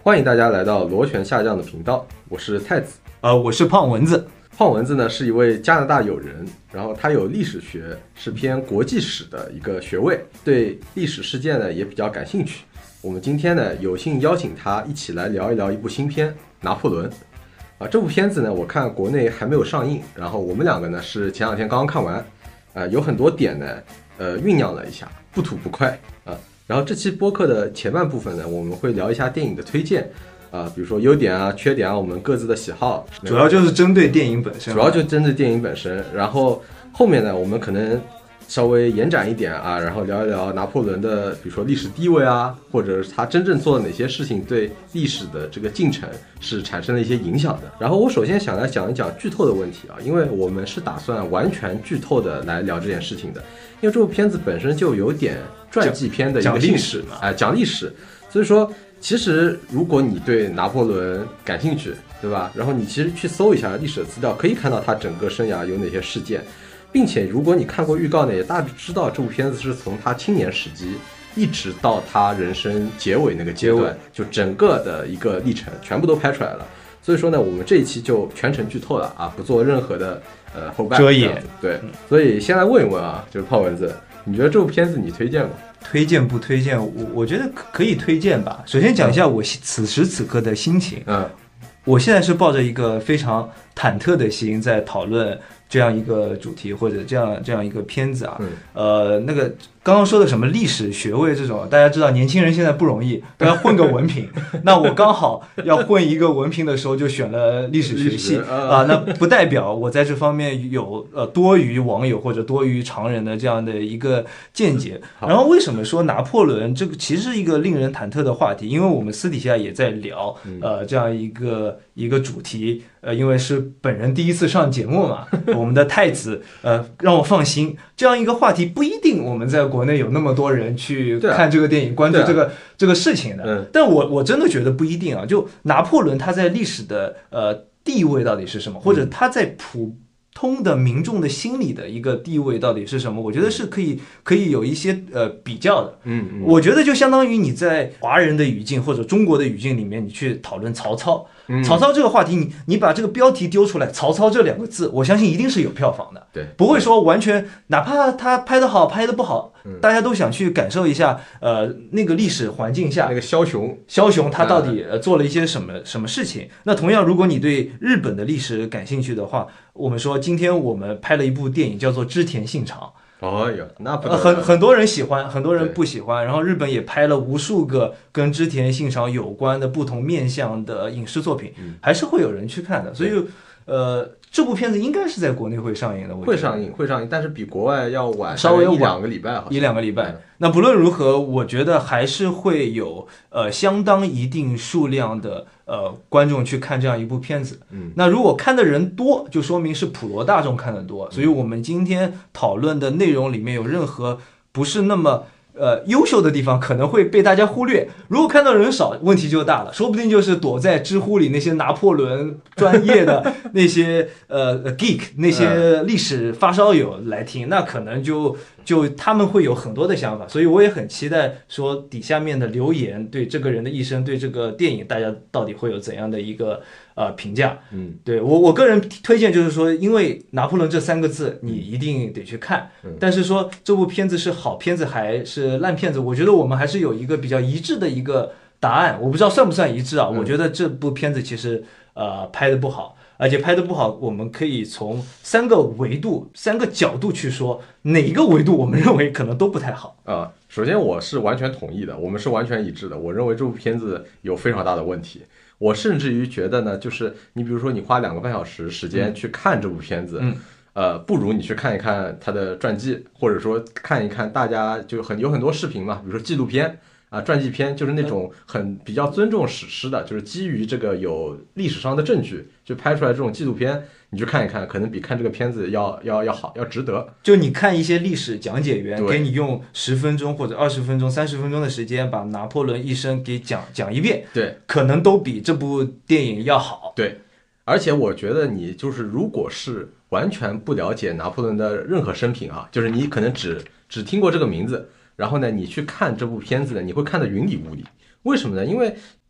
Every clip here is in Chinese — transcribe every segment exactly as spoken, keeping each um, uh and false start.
欢迎大家来到螺旋下降的频道，我是太子， 呃，我是胖蚊子。 胖蚊子呢是一位加拿大友人，然后他有历史学，是偏国际史的一个学位，对历史事件呢也比较感兴趣。我们今天呢有幸邀请他一起来聊一聊一部新片《拿破仑》啊。这部片子呢我看国内还没有上映，然后我们两个呢是前两天刚刚看完，呃，有很多点呢呃酝酿了一下，不吐不快啊。然后这期播客的前半部分呢，我们会聊一下电影的推荐，啊、呃，比如说优点啊、缺点啊，我们各自的喜好， 主要就是针对电影本身， 主要就针对电影本身。然后后面呢，我们可能稍微延展一点啊，然后聊一聊拿破仑的，比如说历史地位啊，或者是他真正做了哪些事情对历史的这个进程是产生了一些影响的。然后我首先想来讲一讲剧透的问题啊，因为我们是打算完全剧透的来聊这件事情的，因为这部片子本身就有点传记片的一个历史嘛，哎，讲历史，所以说其实如果你对拿破仑感兴趣，对吧？然后你其实去搜一下历史的资料，可以看到他整个生涯有哪些事件，并且如果你看过预告呢，也大致知道这部片子是从他青年时期一直到他人生结尾那个阶段，就整个的一个历程全部都拍出来了。所以说呢，我们这一期就全程剧透了啊，不做任何的呃后半遮掩。 对，所以先来问一问啊，就是胖蚊子，你觉得这部片子你推荐吗？ 推荐不推荐？我我觉得可以推荐吧。首先讲一下我此时此刻的心情。嗯，我现在是抱着一个非常忐忑的心在讨论这样一个主题或者这样这样一个片子啊。嗯、呃，那个刚刚说的什么历史学位这种，大家知道年轻人现在不容易，都要混个文凭。那我刚好要混一个文凭的时候，就选了历史学系啊、呃。那不代表我在这方面有呃多于网友或者多于常人的这样的一个见解。然后为什么说拿破仑这个其实是一个令人忐忑的话题？因为我们私底下也在聊呃这样一个一个主题。呃，因为是本人第一次上节目嘛，我们的太子呃让我放心，这样一个话题不一定我们在国内有那么多人去看这个电影，关注这个、啊、这个事情的。嗯、但我我真的觉得不一定啊。就拿破仑他在历史的呃地位到底是什么，或者他在普通的民众的心里的一个地位到底是什么？我觉得是可以可以有一些呃比较的。嗯，嗯我觉得就相当于你在华人的语境或者中国的语境里面，你去讨论曹操。曹操这个话题，你你把这个标题丢出来，曹操这两个字，我相信一定是有票房的， 对， 不会说完全，哪怕他拍得好，拍得不好，嗯、大家都想去感受一下，呃，那个历史环境下， 那个枭雄， 枭雄他到底、呃、做了一些什么什么事情？那同样，如果你对日本的历史感兴趣的话，我们说今天我们拍了一部电影叫做《织田信长》。 哦哟，那不、 呃、很很多人喜欢，很多人不喜欢。然后日本也拍了无数个跟织田信长有关的不同面向的影视作品，嗯、还是会有人去看的。所以，呃，这部片子应该是在国内会上映的。 会上映，会上映，但是比国外要晚稍微一两个礼拜， 一两个礼拜。嗯、那不论如何，我觉得还是会有呃相当一定数量的。呃，观众去看这样一部片子，嗯，那如果看的人多，就说明是普罗大众看的多，所以我们今天讨论的内容里面有任何不是那么呃优秀的地方，可能会被大家忽略。如果看到人少，问题就大了，说不定就是躲在知乎里那些拿破仑专业的那些呃 geek 那些历史发烧友来听，那可能就。就他们会有很多的想法，所以我也很期待说底下面的留言对这个人的一生，对这个电影，大家到底会有怎样的一个呃评价？嗯，对我我个人推荐就是说，因为拿破仑这三个字你一定得去看，嗯、但是说这部片子是好片子还是烂片子，我觉得我们还是有一个比较一致的一个答案，我不知道算不算一致啊？嗯、我觉得这部片子其实呃拍的不好。而且拍得不好，我们可以从三个维度、三个角度去说，哪一个维度我们认为可能都不太好啊、呃。首先，我是完全同意的，我们是完全一致的。我认为这部片子有非常大的问题。我甚至于觉得呢，就是你比如说，你花两个半小时时间去看这部片子，嗯、呃，不如你去看一看他的传记，或者说看一看大家就很有很多视频嘛，比如说纪录片。啊，传记片就是那种很比较尊重史诗的，就是基于这个有历史上的证据就拍出来这种纪录片，你去看一看，可能比看这个片子要要要好，要值得。 就你看一些历史讲解员给你用十分钟或者二十分钟、三十分钟的时间把拿破仑一生给讲讲一遍， 对， 可能都比这部电影要好。 对，而且我觉得你就是如果是完全不了解拿破仑的任何生平啊，就是你可能只只听过这个名字。然后呢，你去看这部片子呢，你会看得云里雾里。为什么呢？因为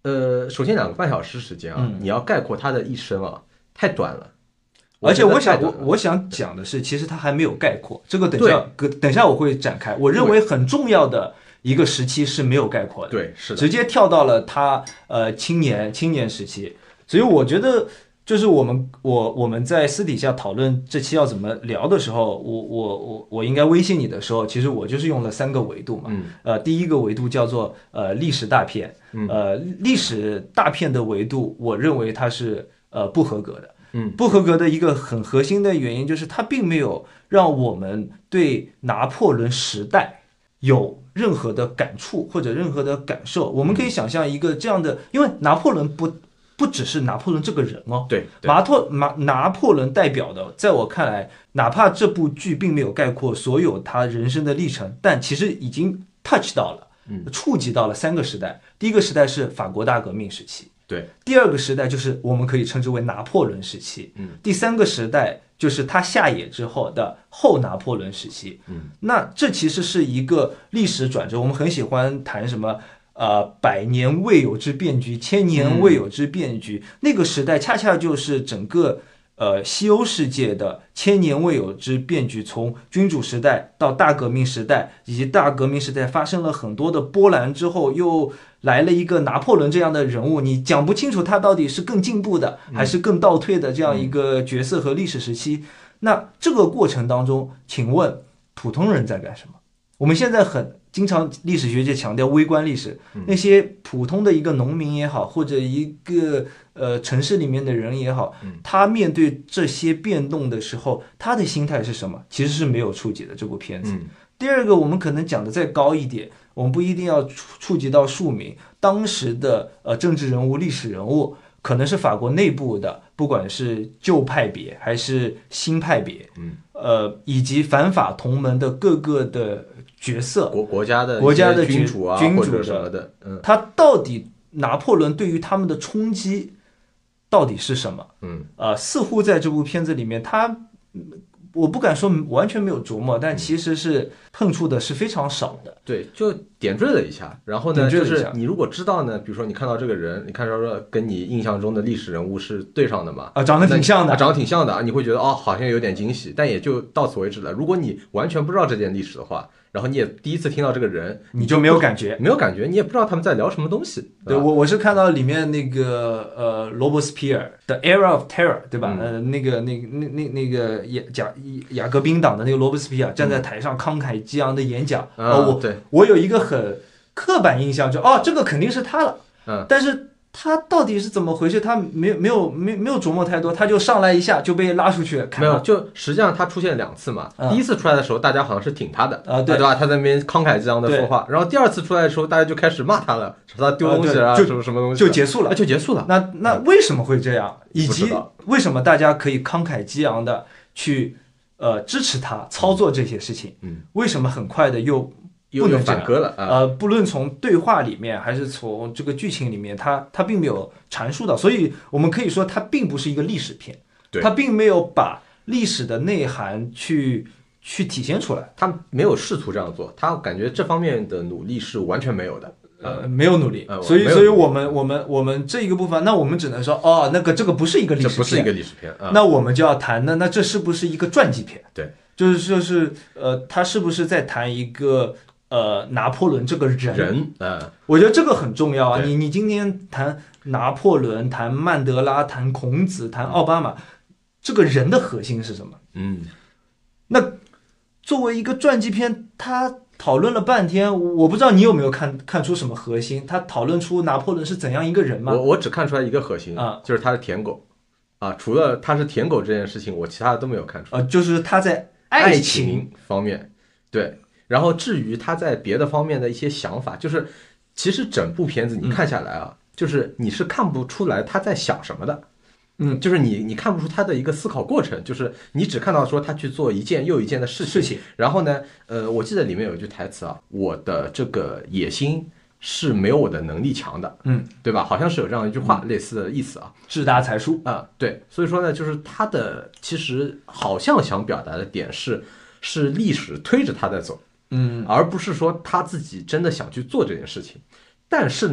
呃，首先两个半小时时间啊，嗯、你要概括他的一生啊，太短了。 而且我想我我想讲的是，其实他还没有概括，这个等下等下我会展开。我认为很重要的一个时期是没有概括的， 对，是的， 直接跳到了他呃青年青年时期。所以我觉得，就是我们我我们在私底下讨论这期要怎么聊的时候，我我我我应该微信你的时候，其实我就是用了三个维度嘛。 嗯、 呃，第一个维度叫做呃历史大片， 嗯、 呃历史大片的维度，我认为它是呃不合格的。 嗯， 不合格的一个很核心的原因就是它并没有让我们对拿破仑时代有任何的感触或者任何的感受。我们可以想象一个这样的，因为拿破仑不不只是拿破仑这个人哦， 对， 拿破拿拿破仑代表的，在我看来，哪怕这部剧并没有概括所有他人生的历程，但其实已经 touch 到了， 嗯， 触及到了三个时代。第一个时代是法国大革命时期。 对， 第二个时代就是我们可以称之为拿破仑时期， 嗯， 第三个时代就是他下野之后的后拿破仑时期， 嗯， 那这其实是一个历史转折。我们很喜欢谈什么呃百年未有之变局，千年未有之变局，嗯、那个时代恰恰就是整个呃西欧世界的千年未有之变局，从君主时代到大革命时代，以及大革命时代发生了很多的波澜之后，又来了一个拿破仑这样的人物，你讲不清楚他到底是更进步的还是更倒退的这样一个角色和历史时期。那这个过程当中，请问普通人在干什么？我们现在很经常历史学界强调微观历史，那些普通的一个农民也好，或者一个呃城市里面的人也好，他面对这些变动的时候，他的心态是什么？其实是没有触及的这部片子。第二个，我们可能讲的再高一点，我们不一定要触触及到庶民，当时的呃政治人物、历史人物，可能是法国内部的，不管是旧派别还是新派别， 嗯， 呃，以及反法同盟的各个的角色， 国国家的国家的君主啊， 君主或者什么的，嗯， 他到底拿破仑对于他们的冲击到底是什么？ 嗯， 呃，似乎在这部片子里面，他。我不敢说完全没有琢磨，但其实是碰触的是非常少的。 对，就点缀了一下。然后呢，就是你如果知道呢，比如说你看到这个人，你看到说跟你印象中的历史人物是对上的嘛？ 啊，长得挺像的， 啊、长得挺像的啊，你会觉得哦，好像有点惊喜，但也就到此为止了。如果你完全不知道这件历史的话，然后你也第一次听到这个人， 你就没有感觉， 没有感觉，你也不知道他们在聊什么东西。 对，我我是看到里面那个呃罗伯斯皮尔的 Era of Terror， 对吧？嗯、呃，那个那个那那那个雅雅雅各宾党的那个罗伯斯皮尔站在台上慷慨激昂的演讲， 嗯、 呃，我对我有一个很刻板印象，就哦，这个肯定是他了， 嗯， 但是。他到底是怎么回事？他没有没有没没有琢磨太多，他就上来一下就被拉出去砍了。 没有，就实际上他出现两次嘛。嗯、第一次出来的时候，大家好像是挺他的啊，对, 对吧？他在那边慷慨激昂的说话。然后第二次出来的时候，大家就开始骂他了，说他丢东西啊， 就什么什么东西， 就结束了， 就结束了。 那那为什么会这样？以及为什么大家可以慷慨激昂的去呃支持他操作这些事情？ 嗯， 为什么很快的又？ 不能反戈了、啊、 呃，不论从对话里面还是从这个剧情里面，它它并没有阐述到，所以我们可以说它并不是一个历史片，它并没有把历史的内涵去去体现出来， 他没有试图这样做，他感觉这方面的努力是完全没有的， 呃，没有努力， 呃、 所以所以我们我们我们这一个部分，那我们只能说，哦，那个这个不是一个历史片， 这不是一个历史片，啊、 那我们就要谈，那那这是不是一个传记片？ 对， 就是就是呃，他是不是在谈一个？呃，拿破仑这个人， 人，呃， 我觉得这个很重要啊。你你今天谈拿破仑，谈曼德拉，谈孔子，谈奥巴马，这个人的核心是什么？ 嗯， 那作为一个传记片，他讨论了半天，我不知道你有没有看看出什么核心？他讨论出拿破仑是怎样一个人吗？ 我我只看出来一个核心啊， 就是他是舔狗啊。除了他是舔狗这件事情，我其他的都没有看出来。 啊，就是他在爱情方面，对。然后至于他在别的方面的一些想法，就是其实整部片子你看下来啊，嗯、就是你是看不出来他在想什么的， 嗯， 就是你你看不出他的一个思考过程，就是你只看到说他去做一件又一件的事情。 事情然后呢，呃，我记得里面有一句台词啊，我的这个野心是没有我的能力强的， 嗯， 对吧？好像是有这样一句话、 嗯、 类似的意思啊， 志大才疏啊、呃，对，所以说呢，就是他的其实好像想表达的点是，是历史推着他在走。 嗯， 而不是说他自己真的想去做这件事情，但是呢，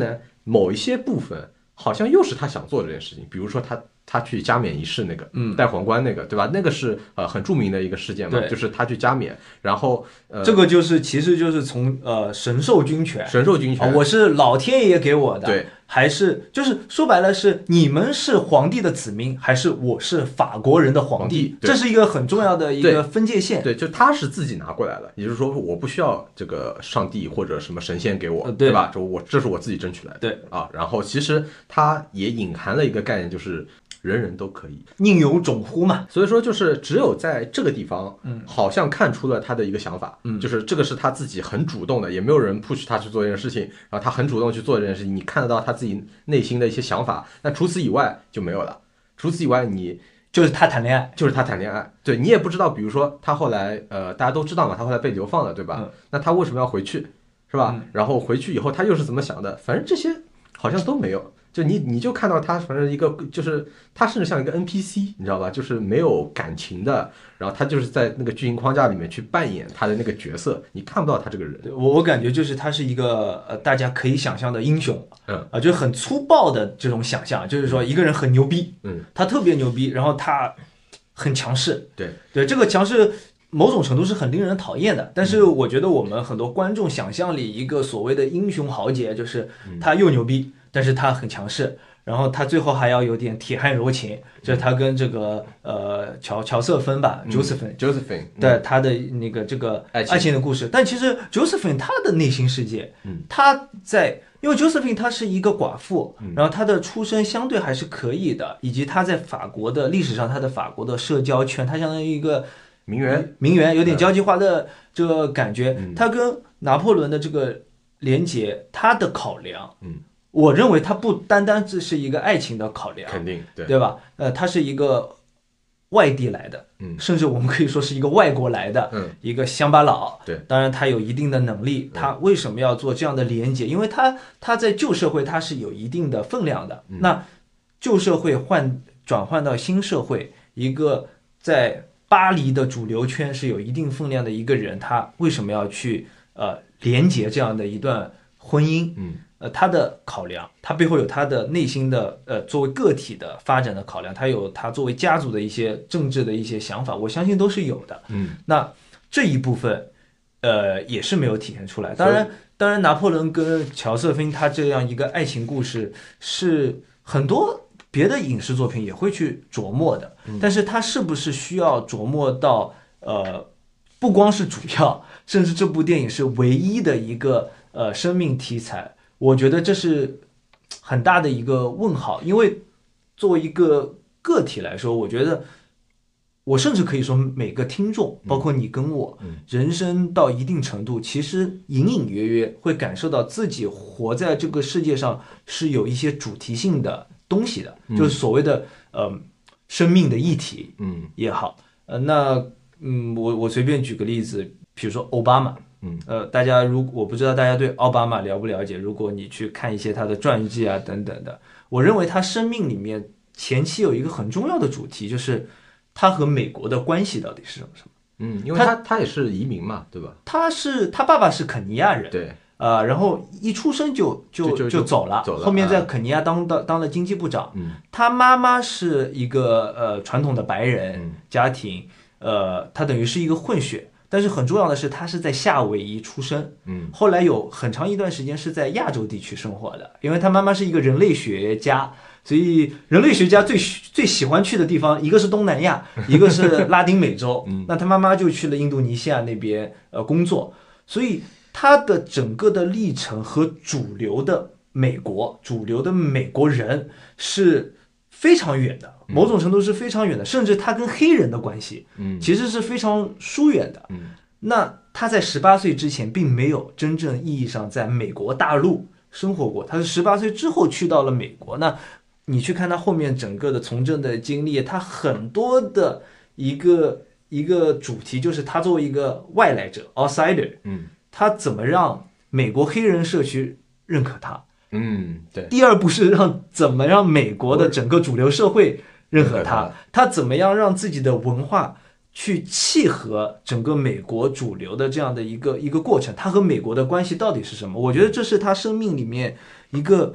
某一些部分好像又是他想做的这件事情，比如说他他去加冕仪式那个， 嗯， 戴皇冠那个，对吧？那个是呃很著名的一个事件嘛，就是他去加冕，然后呃， 这个就是其实就是从呃神授军权， 神授军权、 哦，我是老天爷给我的， 对， 还是就是说白了是你们是皇帝的子民，还是我是法国人的皇帝？ 皇帝这是一个很重要的一个分界线。 对，对就他是自己拿过来的，也就是说我不需要这个上帝或者什么神仙给我， 呃、对, 对吧？就我这是我自己争取来的， 对啊。然后其实它也隐含了一个概念，就是人人都可以， 宁有种乎嘛。 所以说就是只有在这个地方， 嗯， 好像看出了他的一个想法， 嗯， 就是这个是他自己很主动的，也没有人 push 他去做这件事情，然后他很主动去做这件事情，你看得到他自己内心的一些想法。那除此以外就没有了，除此以外你就是他谈恋爱， 就是他谈恋爱，对你也不知道，比如说他后来呃大家都知道嘛，他后来被流放了，对吧？ 嗯、 那他为什么要回去，是吧？ 嗯、 然后回去以后他又是怎么想的？反正这些好像都没有。就你你就看到他，反正一个就是他甚至像一个 N P C， 你知道吧？就是没有感情的，然后他就是在那个剧情框架里面去扮演他的那个角色，你看不到他这个人。 我我感觉就是他是一个呃大家可以想象的英雄， 嗯啊、呃，就是很粗暴的这种想象，就是说一个人很牛逼， 嗯， 他特别牛逼，然后他很强势， 对对，这个强势某种程度是很令人讨厌的。但是我觉得我们很多观众想象里一个所谓的英雄豪杰，就是他又牛逼，但是他很强势。然后他最后还要有点铁汉柔情，就是他跟这个呃乔乔瑟芬吧 ，Josephine Josephine 对他的那个这个爱情的故事。但其实 Josephine 他的内心世界， 嗯， 他在因为 Josephine 她是一个寡妇， 嗯、 然后她的出身相对还是可以的，以及她在法国的历史上，她的法国的社交圈，她相当于一个名媛， 名媛有点交际花的这个感觉。 嗯、 她跟拿破仑的这个连结，她的考量， 嗯。 我认为它不单单只是一个爱情的考量， 肯定对对吧？呃，它是一个外地来的， 嗯， 甚至我们可以说是一个外国来的， 嗯， 一个乡巴佬， 对， 当然他有一定的能力，他为什么要做这样的连结？因为他他在旧社会他是有一定的分量的， 嗯、 那旧社会换转换到新社会，一个在巴黎的主流圈是有一定分量的一个人，他为什么要去呃连结这样的一段婚姻？ 嗯。 呃，他的考量，他背后有他的内心的，呃，作为个体的发展的考量，他有他作为家族的一些政治的一些想法，我相信都是有的。 嗯， 那这一部分，呃，也是没有体现出来。当然，当然，拿破仑跟乔瑟芬他这样一个爱情故事，是很多别的影视作品也会去琢磨的。 嗯、 但是，他是不是需要琢磨到，呃，不光是主要，甚至这部电影是唯一的一个呃生命题材？我觉得这是很大的一个问号，因为作为一个个体来说，我觉得我甚至可以说每个听众，包括你跟我，人生到一定程度，其实隐隐约约会感受到自己活在这个世界上是有一些主题性的东西的，就是所谓的呃生命的议题， 嗯也好，呃那嗯我我随便举个例子，比如说奥巴马。 嗯， 呃，大家如我不知道大家对奥巴马了不了解，如果你去看一些他的传记啊等等的，我认为他生命里面前期有一个很重要的主题，就是他和美国的关系到底是什么什么。 嗯，因为他他也是移民嘛，对吧？ 他是他爸爸是肯尼亚人， 对， 呃，然后一出生就就就就就走了， 走了后面在肯尼亚当当当了经济部长。 嗯， 他妈妈是一个呃传统的白人嗯家庭，呃，他等于是一个混血。但是很重要的是，他是在夏威夷出生， 嗯， 后来有很长一段时间是在亚洲地区生活的，因为他妈妈是一个人类学家，所以人类学家最最喜欢去的地方，一个是东南亚，一个是拉丁美洲， 嗯， 那他妈妈就去了印度尼西亚那边呃工作，所以他的整个的历程和主流的美国、主流的美国人是非常远的。某种程度是非常远的，甚至他跟黑人的关系， 嗯， 其实是非常疏远的。 嗯， 那他在十八岁之前，并没有真正意义上在美国大陆生活过，他是十八岁之后去到了美国。那你去看他后面整个的从政的经历，他很多的一个一个主题就是他作为一个外来者 outsider， 嗯， 他怎么让美国黑人社区认可他？ 嗯，对。 第二步是让怎么让美国的整个主流社会认可他，他怎么样让自己的文化去契合整个美国主流的这样的一个一个过程，他和美国的关系到底是什么？我觉得这是他生命里面一个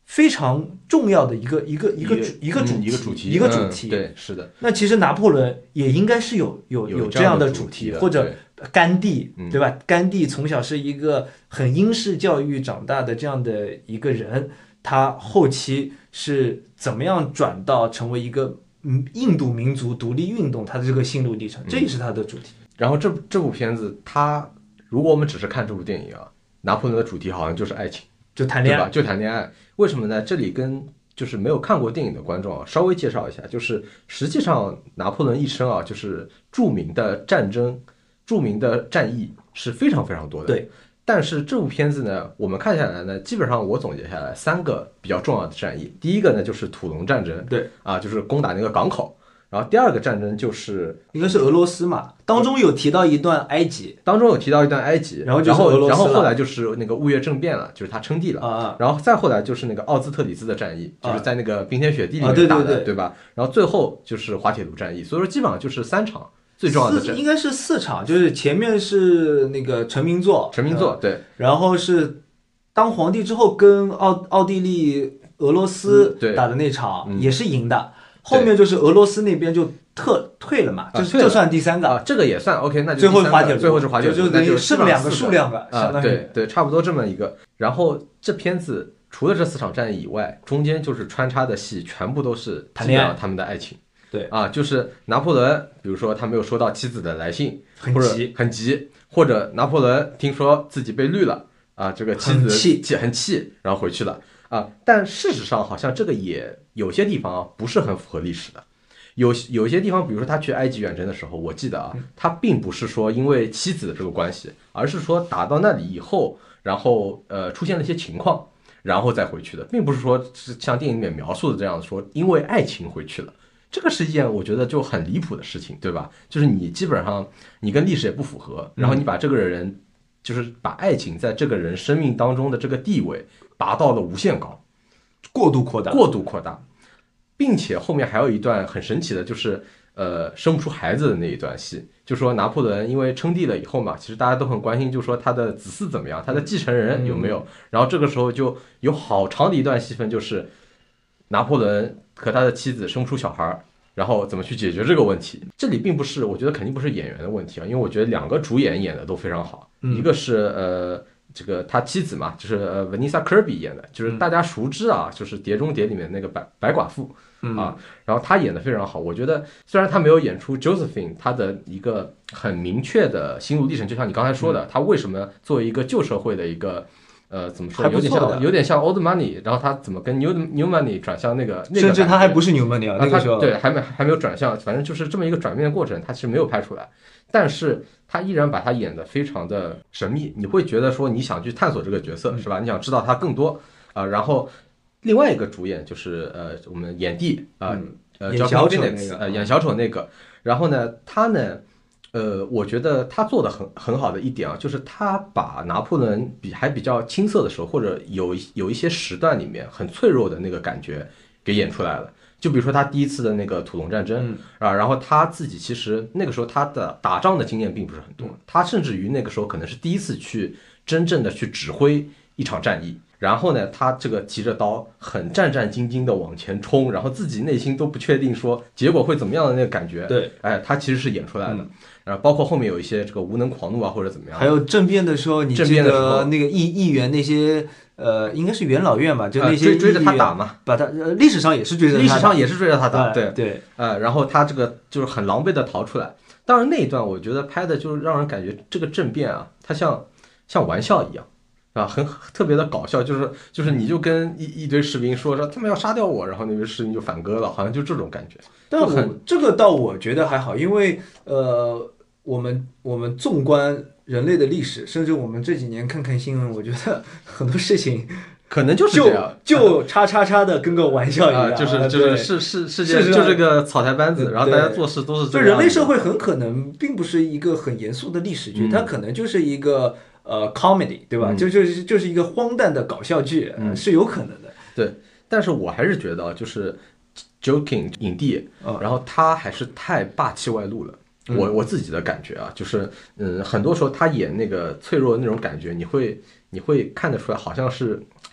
非常重要的一个一个一个一个主一个主题一个主题， 嗯、对，是的。 那其实拿破仑也应该是有有有这样的主题，或者甘地， 嗯、 对吧？甘地从小是一个很英式教育长大的这样的一个人，他后期是怎么样转到成为一个嗯印度民族独立运动他的这个心路历程，这也是他的主题。 嗯、然后这这部片子，他如果我们只是看这部电影啊，拿破仑的主题好像就是爱情。 就谈恋爱， 就谈恋爱，为什么呢？这里跟就是没有看过电影的观众啊，稍微介绍一下，就是实际上拿破仑一生啊，就是著名的战争、著名的战役是非常非常多的。 对， 但是这部片子呢，我们看下来呢，基本上我总结下来三个比较重要的战役。第一个呢，就是土隆战争， 对啊，就是攻打那个港口。然后第二个战争就是应该是俄罗斯嘛，当中有提到一段埃及， 当中有提到一段埃及， 然后就是俄罗斯， 然后后来就是那个雾月政变了，就是他称帝了啊， 然后再后来就是那个奥兹特里兹的战役， 啊、 就是在那个冰天雪地里面打的， 啊、对, 对, 对, 对吧？然后最后就是滑铁卢战役，所以说基本上就是三场最重要的战， 应该是四场，就是前面是那个成名作， 成名作对， 然后是当皇帝之后跟奥奥地利、俄罗斯打的那场、 嗯、 也是赢的，后面就是俄罗斯那边就。特退了嘛，就啊、 这算第三个啊，这个也算 OK， 那就最后滑铁卢， 最后是滑铁卢， 就等于剩两个数量吧，相当于对对，差不多这么一个。然后这片子除了这四场战役以外，中间就是穿插的戏全部都是谈恋爱， 他们的爱情。 对啊，就是拿破仑，比如说他没有收到妻子的来信， 很急， 很急，或者拿破仑听说自己被绿了啊，这个妻子很气， 很气，然后回去了啊。但事实上，好像这个也有些地方啊不是很符合历史的。有有些地方，比如说他去埃及远征的时候，我记得啊，他并不是说因为妻子的这个关系，而是说打到那里以后，然后呃出现了一些情况，然后再回去的，并不是说是像电影里面描述的这样说，因为爱情回去了。这个是一件我觉得就很离谱的事情，对吧？就是你基本上你跟历史也不符合，然后你把这个人，就是把爱情在这个人生命当中的这个地位拔到了无限高， 过度扩大， 过度扩大。并且后面还有一段很神奇的，就是呃生不出孩子的那一段戏，就说拿破仑因为称帝了以后嘛，其实大家都很关心，就说他的子嗣怎么样，他的继承人有没有。然后这个时候就有好长的一段戏份，就是拿破仑和他的妻子生不出小孩，然后怎么去解决这个问题。这里并不是，我觉得肯定不是演员的问题啊，因为我觉得两个主演演的都非常好，一个是呃。这个他妻子嘛，就是呃文妮莎·科比演的，就是大家熟知啊，就是《碟中谍》里面那个白白寡妇啊，然后他演的非常好。我觉得虽然他没有演出 Josephine 他的一个很明确的心路历程，就像你刚才说的，他为什么作为一个旧社会的一个呃怎么说，有点像有点像 Old Money， 然后他怎么跟 New New Money 转向那个，那个甚至他还不是 New Money 啊，那个时候对还没还没有转向，反正就是这么一个转变的过程，他其实没有拍出来，但是。他依然把他演得非常的神秘，你会觉得说你想去探索这个角色是吧？你想知道他更多啊、呃。然后另外一个主演就是呃我们演帝啊、呃，呃演小丑那个， 呃演小丑那个。然后呢，他呢，呃，我觉得他做的很很好的一点啊，就是他把拿破仑比还比较青涩的时候，或者有有一些时段里面很脆弱的那个感觉给演出来了。就比如说他第一次的那个土隆战争、嗯、啊，然后他自己其实那个时候他的打仗的经验并不是很多，他甚至于那个时候可能是第一次去真正的去指挥一场战役，然后呢，他这个提着刀很战战兢兢的往前冲，然后自己内心都不确定说结果会怎么样的那个感觉， 对， 哎，他其实是演出来的。 嗯然后包括后面有一些这个无能狂怒啊或者怎么样， 还有政变的时候，你记得那个议议员那些呃，应该是元老院嘛，就那些、 呃、追追着他打嘛， 把他呃历史上也是追着他打， 历史上也是追着他打，对对， 呃，然后他这个就是很狼狈的逃出来。当然那一段我觉得拍的就是让人感觉这个政变啊，它像像玩笑一样。啊，很特别的搞笑，就是就是你就跟一一堆士兵说说他们要杀掉我，然后那堆士兵就反戈了，好像就这种感觉。 但我这个倒我觉得还好，因为呃，我们我们纵观人类的历史，甚至我们这几年看看新闻，我觉得很多事情可能就是这样， 就就叉叉叉的跟个玩笑一样， 啊、就是就是世世世界就这个草台班子，然后大家做事都是这样。 就人类社会很可能并不是一个很严肃的历史剧， 嗯、 它可能就是一个。呃 ，comedy 对吧？ 嗯、 就就是就是一个荒诞的搞笑剧， 嗯， 是有可能的。 对，但是我还是觉得，就是 Joking 影帝， 嗯， 然后他还是太霸气外露了。嗯、我我自己的感觉啊，就是嗯，很多时候他演那个脆弱的那种感觉，你会你会看得出来，好像是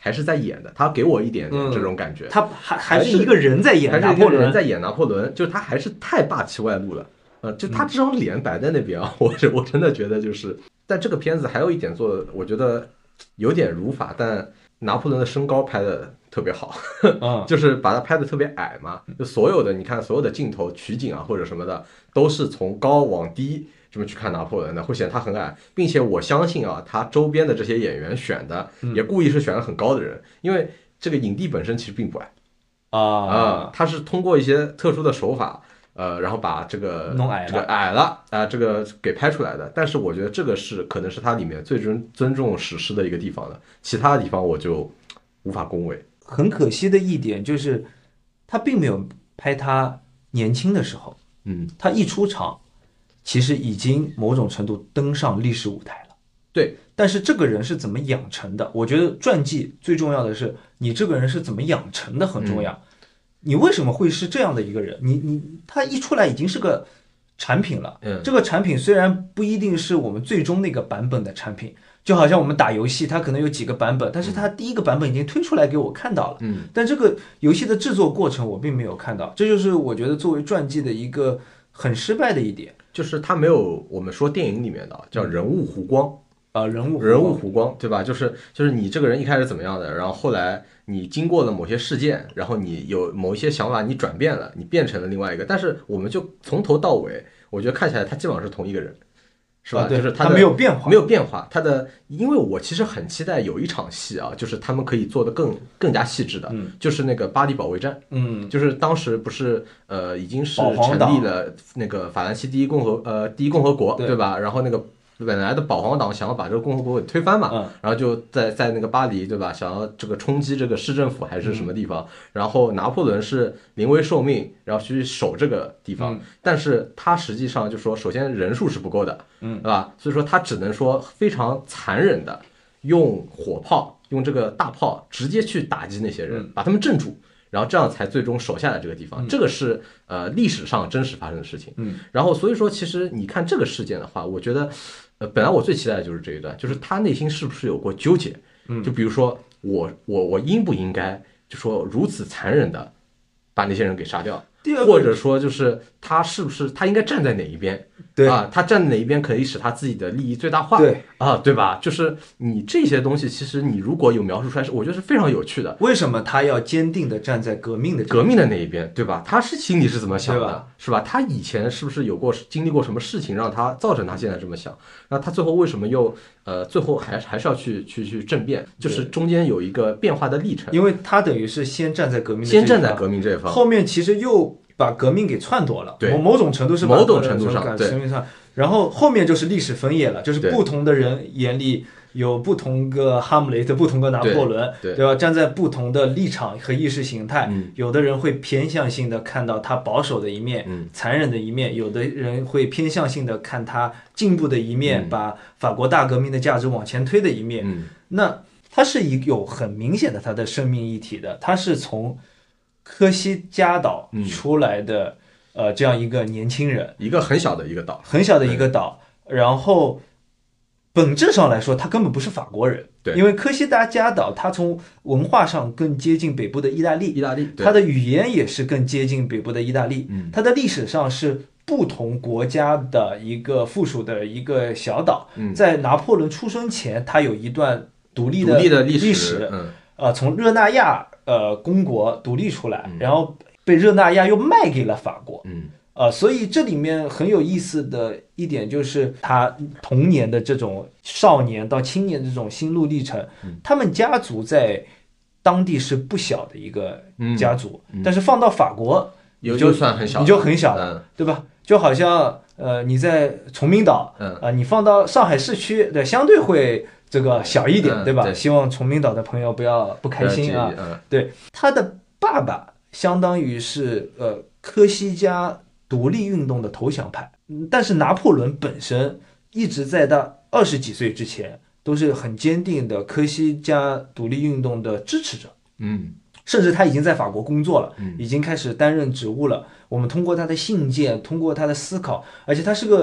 还是在演的，他给我一点点这种感觉， 嗯、他还还是一个人在演拿破仑， 还是一个人在演拿破仑，就是他还是太霸气外露了，呃，就他这张脸摆在那边啊，我我真的觉得就是，但这个片子还有一点做，我觉得有点如法，但拿破仑的身高拍的特别好， 嗯、 就是把他拍的特别矮嘛，就所有的你看所有的镜头取景啊或者什么的，都是从高往低这么去看拿破仑的，会显得他很矮，并且我相信啊，他周边的这些演员选的也故意是选了很高的人，因为这个影帝本身其实并不矮啊啊，他是通过一些特殊的手法。呃，然后把这个弄矮了， 这个矮了啊、呃，这个给拍出来的。但是我觉得这个是可能是它里面最尊尊重史诗的一个地方了，其他的地方我就无法恭维。 很可惜的一点就是，他并没有拍他年轻的时候， 嗯， 他一出场，其实已经某种程度登上历史舞台了。 对， 但是这个人是怎么养成的？我觉得传记最重要的是你这个人是怎么养成的很重要。嗯，你为什么会是这样的一个人？你你他一出来已经是个产品了， 嗯， 这个产品虽然不一定是我们最终那个版本的产品，就好像我们打游戏，它可能有几个版本，但是它第一个版本已经推出来给我看到了， 嗯， 但这个游戏的制作过程我并没有看到，这就是我觉得作为传记的一个很失败的一点， 就是它没有我们说电影里面的叫人物弧光。 啊，人物人物弧光，对吧？就是就是你这个人一开始怎么样的，然后后来你经过了某些事件，然后你有某一些想法，你转变了，你变成了另外一个。但是我们就从头到尾，我觉得看起来他基本上是同一个人，是吧？ 啊、对， 就是他没有变化， 没有变化。他的，因为我其实很期待有一场戏啊，就是他们可以做的更更加细致的， 嗯， 就是那个巴黎保卫战， 嗯， 就是当时不是呃已经是成立了那个法兰西第一共和呃第一共和国， 对, 对吧？然后那个。本来的保皇党想要把这个共和国给推翻嘛， 嗯、 然后就在在那个巴黎，对吧？想要这个冲击这个市政府还是什么地方，嗯、然后拿破仑是临危受命，然后去守这个地方， 嗯、 但是他实际上就说，首先人数是不够的， 嗯， 对吧？所以说他只能说非常残忍的用火炮，用这个大炮直接去打击那些人， 嗯、 把他们镇住。然后这样才最终守下来这个地方， 嗯、 这个是呃历史上真实发生的事情。 嗯， 然后所以说，其实你看这个事件的话，我觉得，呃，本来我最期待的就是这一段，就是他内心是不是有过纠结？ 嗯， 就比如说我我我应不应该就说如此残忍的把那些人给杀掉？或者说就是他是不是他应该站在哪一边？ 对啊，他站在哪一边可以使他自己的利益最大化？ 对啊，对吧？就是你这些东西，其实你如果有描述出来，是我觉得是非常有趣的。 为什么他要坚定的站在革命的革命的那一边，对吧？他是心里是怎么想的， 吧是吧？他以前是不是有过经历过什么事情，让他造成他现在这么想？那他最后为什么又呃，最后还还是要去去去政变？就是中间有一个变化的历程。 因为他等于是先站在革命的先站在革命这一方， 后面其实又把革命给篡夺了， 对， 某某种程度是某种程度上，对， 然后后面就是历史分野了，就是不同的人眼里有不同个哈姆雷特，不同个拿破仑， 对， 对吧？站在不同的立场和意识形态， 嗯、 有的人会偏向性的看到他保守的一面， 嗯、 残忍的一面；有的人会偏向性的看他进步的一面， 嗯、 把法国大革命的价值往前推的一面。 嗯、 那他是一有很明显的他的生命议题的，他是从科西嘉岛出来的。嗯呃，这样一个年轻人， 一个很小的一个岛， 很小的一个岛，然后本质上来说，他根本不是法国人， 对， 因为科西嘉岛，它从文化上更接近北部的意大利， 意大利， 它的语言也是更接近北部的意大利， 嗯， 它的历史上是不同国家的一个附属的一个小岛， 嗯， 在拿破仑出生前，它有一段独立的独立的历史， 史嗯， 呃，从热那亚呃公国独立出来， 嗯、 然后。被热那亚又卖给了法国， 嗯， 啊、呃，所以这里面很有意思的一点就是他童年的这种少年到青年的这种心路历程。 嗯、 他们家族在当地是不小的一个家族， 嗯嗯、 但是放到法国， 你就算很小， 你就很小了， 嗯、 对吧？就好像呃你在崇明岛， 嗯啊、呃，你放到上海市区，对，相对会这个小一点， 嗯、 对吧？ 对， 希望崇明岛的朋友不要不开心啊。 嗯、 对，他的爸爸。相当于是呃科西嘉独立运动的投降派，但是拿破仑本身一直在他二十几岁之前都是很坚定的科西嘉独立运动的支持者， 嗯， 甚至他已经在法国工作了， 嗯、 已经开始担任职务了。我们通过他的信件，通过他的思考，而且他是个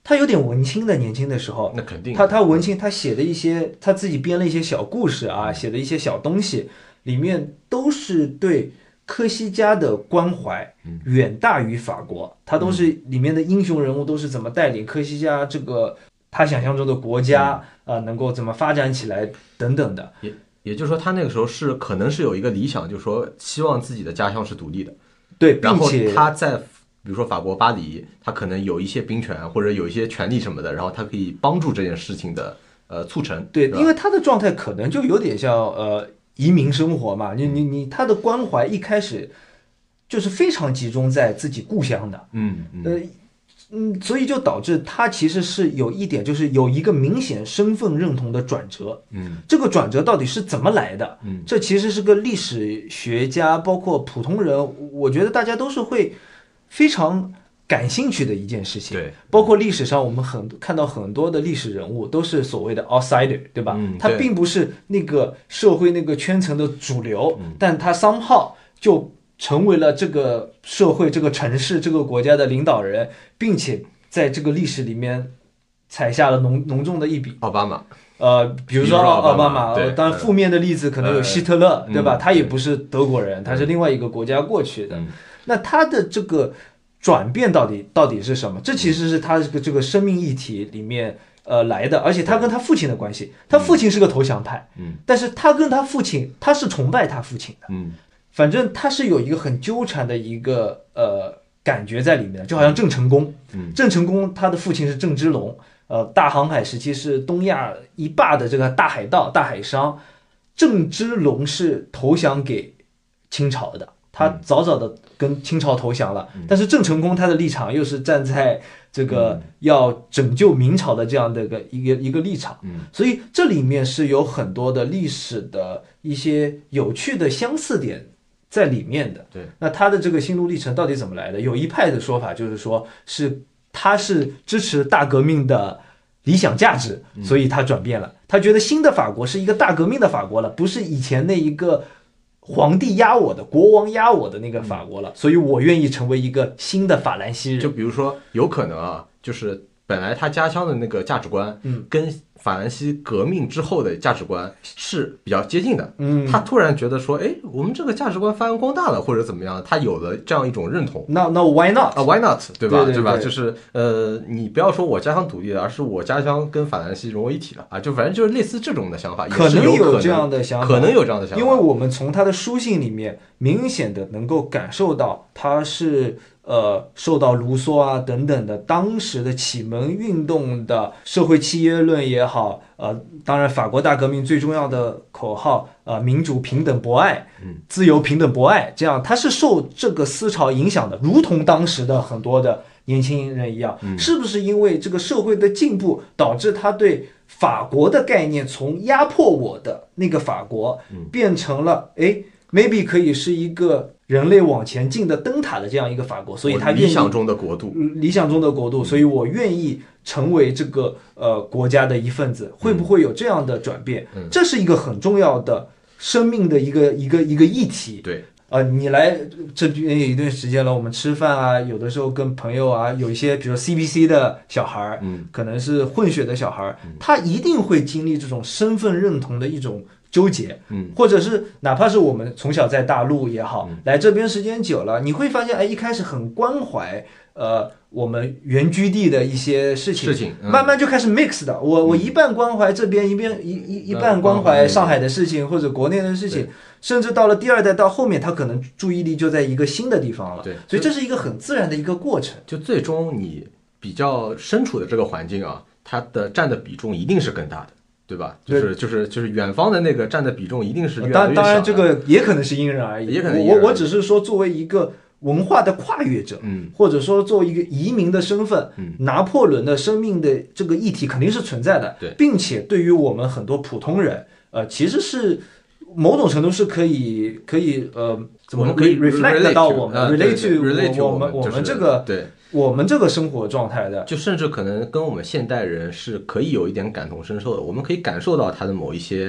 他有点文青的，年轻的时候， 那肯定， 他他文青，他写的一些他自己编了一些小故事啊，写的一些小东西，里面都是对科西嘉的关怀远大于法国，他都是里面的英雄人物都是怎么带领科西嘉这个他想象中的国家啊、呃，能够怎么发展起来等等的。 也也就是说，他那个时候是可能是有一个理想，就是说希望自己的家乡是独立的， 对， 然后并且他在。比如说法国巴黎，他可能有一些兵权或者有一些权利什么的，然后他可以帮助这件事情的呃促成。 对，因为他的状态可能就有点像呃移民生活嘛，你你你他的关怀一开始就是非常集中在自己故乡的， 嗯嗯呃嗯，所以就导致他其实是有一点就是有一个明显身份认同的转折。 嗯， 这个转折到底是怎么来的？ 嗯， 这其实是个历史学家，包括普通人，我觉得大家都是会。非常感兴趣的一件事情， 对， 包括历史上我们很看到很多的历史人物都是所谓的 outsider， 对吧？ 嗯、 他并不是那个社会那个圈层的主流， 嗯、 但他 somehow 就成为了这个社会、这个城市、这个国家的领导人，并且在这个历史里面踩下了浓浓重的一笔。 奥巴马。 呃，比如说奥巴马， 对， 当然负面的例子可能有希特勒， 呃、 对吧？ 嗯、 他也不是德国人，他是另外一个国家过去的。 嗯、 那他的这个转变到底到底是什么？这其实是他这个这个生命议题里面呃来的，而且他跟他父亲的关系，他父亲是个投降派， 嗯， 但是他跟他父亲，他是崇拜他父亲的， 嗯， 反正他是有一个很纠缠的一个呃感觉在里面，就好像郑成功， 嗯， 郑成功他的父亲是郑芝龙。呃，大航海时期是东亚一霸的这个大海盗、大海商，郑芝龙是投降给清朝的，他早早的跟清朝投降了。嗯、但是郑成功他的立场又是站在这个要拯救明朝的这样的一个一个一个立场， 嗯， 所以这里面是有很多的历史的一些有趣的相似点在里面的。 对， 那他的这个心路历程到底怎么来的？有一派的说法就是说是。他是支持大革命的理想价值，所以他转变了。他觉得新的法国是一个大革命的法国了，不是以前那一个皇帝压我的、国王压我的那个法国了。所以我愿意成为一个新的法兰西人。 就比如说，有可能啊，就是本来他家乡的那个价值观， 嗯， 跟法兰西革命之后的价值观是比较接近的。 嗯， 他突然觉得说，哎，我们这个价值观发扬光大了，或者怎么样，他有了这样一种认同。 那那 why not 啊 ？Why not？ 对吧？ 对, 对, 对吧？就是呃，你不要说我家乡独立了，而是我家乡跟法兰西融为一体了啊！就反正就是类似这种的想法， 可能有这样的想法， 可能有这样的想法， 因为我们从他的书信里面明显的能够感受到他是。呃，受到卢梭啊等等的当时的启蒙运动的社会契约论也好，呃，当然法国大革命最重要的口号，呃，民主、平等、博爱， 嗯， 自由、平等、博爱，这样他是受这个思潮影响的，如同当时的很多的年轻人一样， 嗯、 是不是因为这个社会的进步导致他对法国的概念从压迫我的那个法国， 嗯、 变成了哎 ，maybe 可以是一个。人类往前进的灯塔的这样一个法国，所以他理想中的国度， 理想中的国度，所以我愿意成为这个呃国家的一份子。会不会有这样的转变？ 嗯、 这是一个很重要的生命的一个一个一个议题。 对， 呃，你来这边有一段时间了，我们吃饭啊，有的时候跟朋友啊，有一些比如说 C B C 的小孩， 嗯， 可能是混血的小孩，嗯、他一定会经历这种身份认同的一种。纠结， 嗯， 或者是哪怕是我们从小在大陆也好， 嗯、 来这边时间久了，你会发现，哎，一开始很关怀，呃，我们原居地的一些事情， 事情， 嗯、慢慢就开始 mix 的。我、嗯、我一半关怀这边，一边一一一半关怀上海的事情、嗯、或者国内的事情，甚至到了第二代到后面，他可能注意力就在一个新的地方了。 对， 所以这是一个很自然的一个过程。 就最终你比较身处的这个环境啊，它的占的比重一定是更大的。对吧？就是就是就是远方的那个占的比重一定是越来越小的。 当然，这个也可能是因人而异。 也可能我我只是说，作为一个文化的跨越者， 嗯， 或者说作为一个移民的身份， 嗯， 拿破仑的生命的这个议题肯定是存在的， 对， 并且对于我们很多普通人，呃，其实是某种程度是可以可以呃，怎么可以 reflect 到我们 relate to 我们我们这个对。 我们这个生活状态的， 就甚至可能跟我们现代人是可以有一点感同身受的，我们可以感受到他的某一些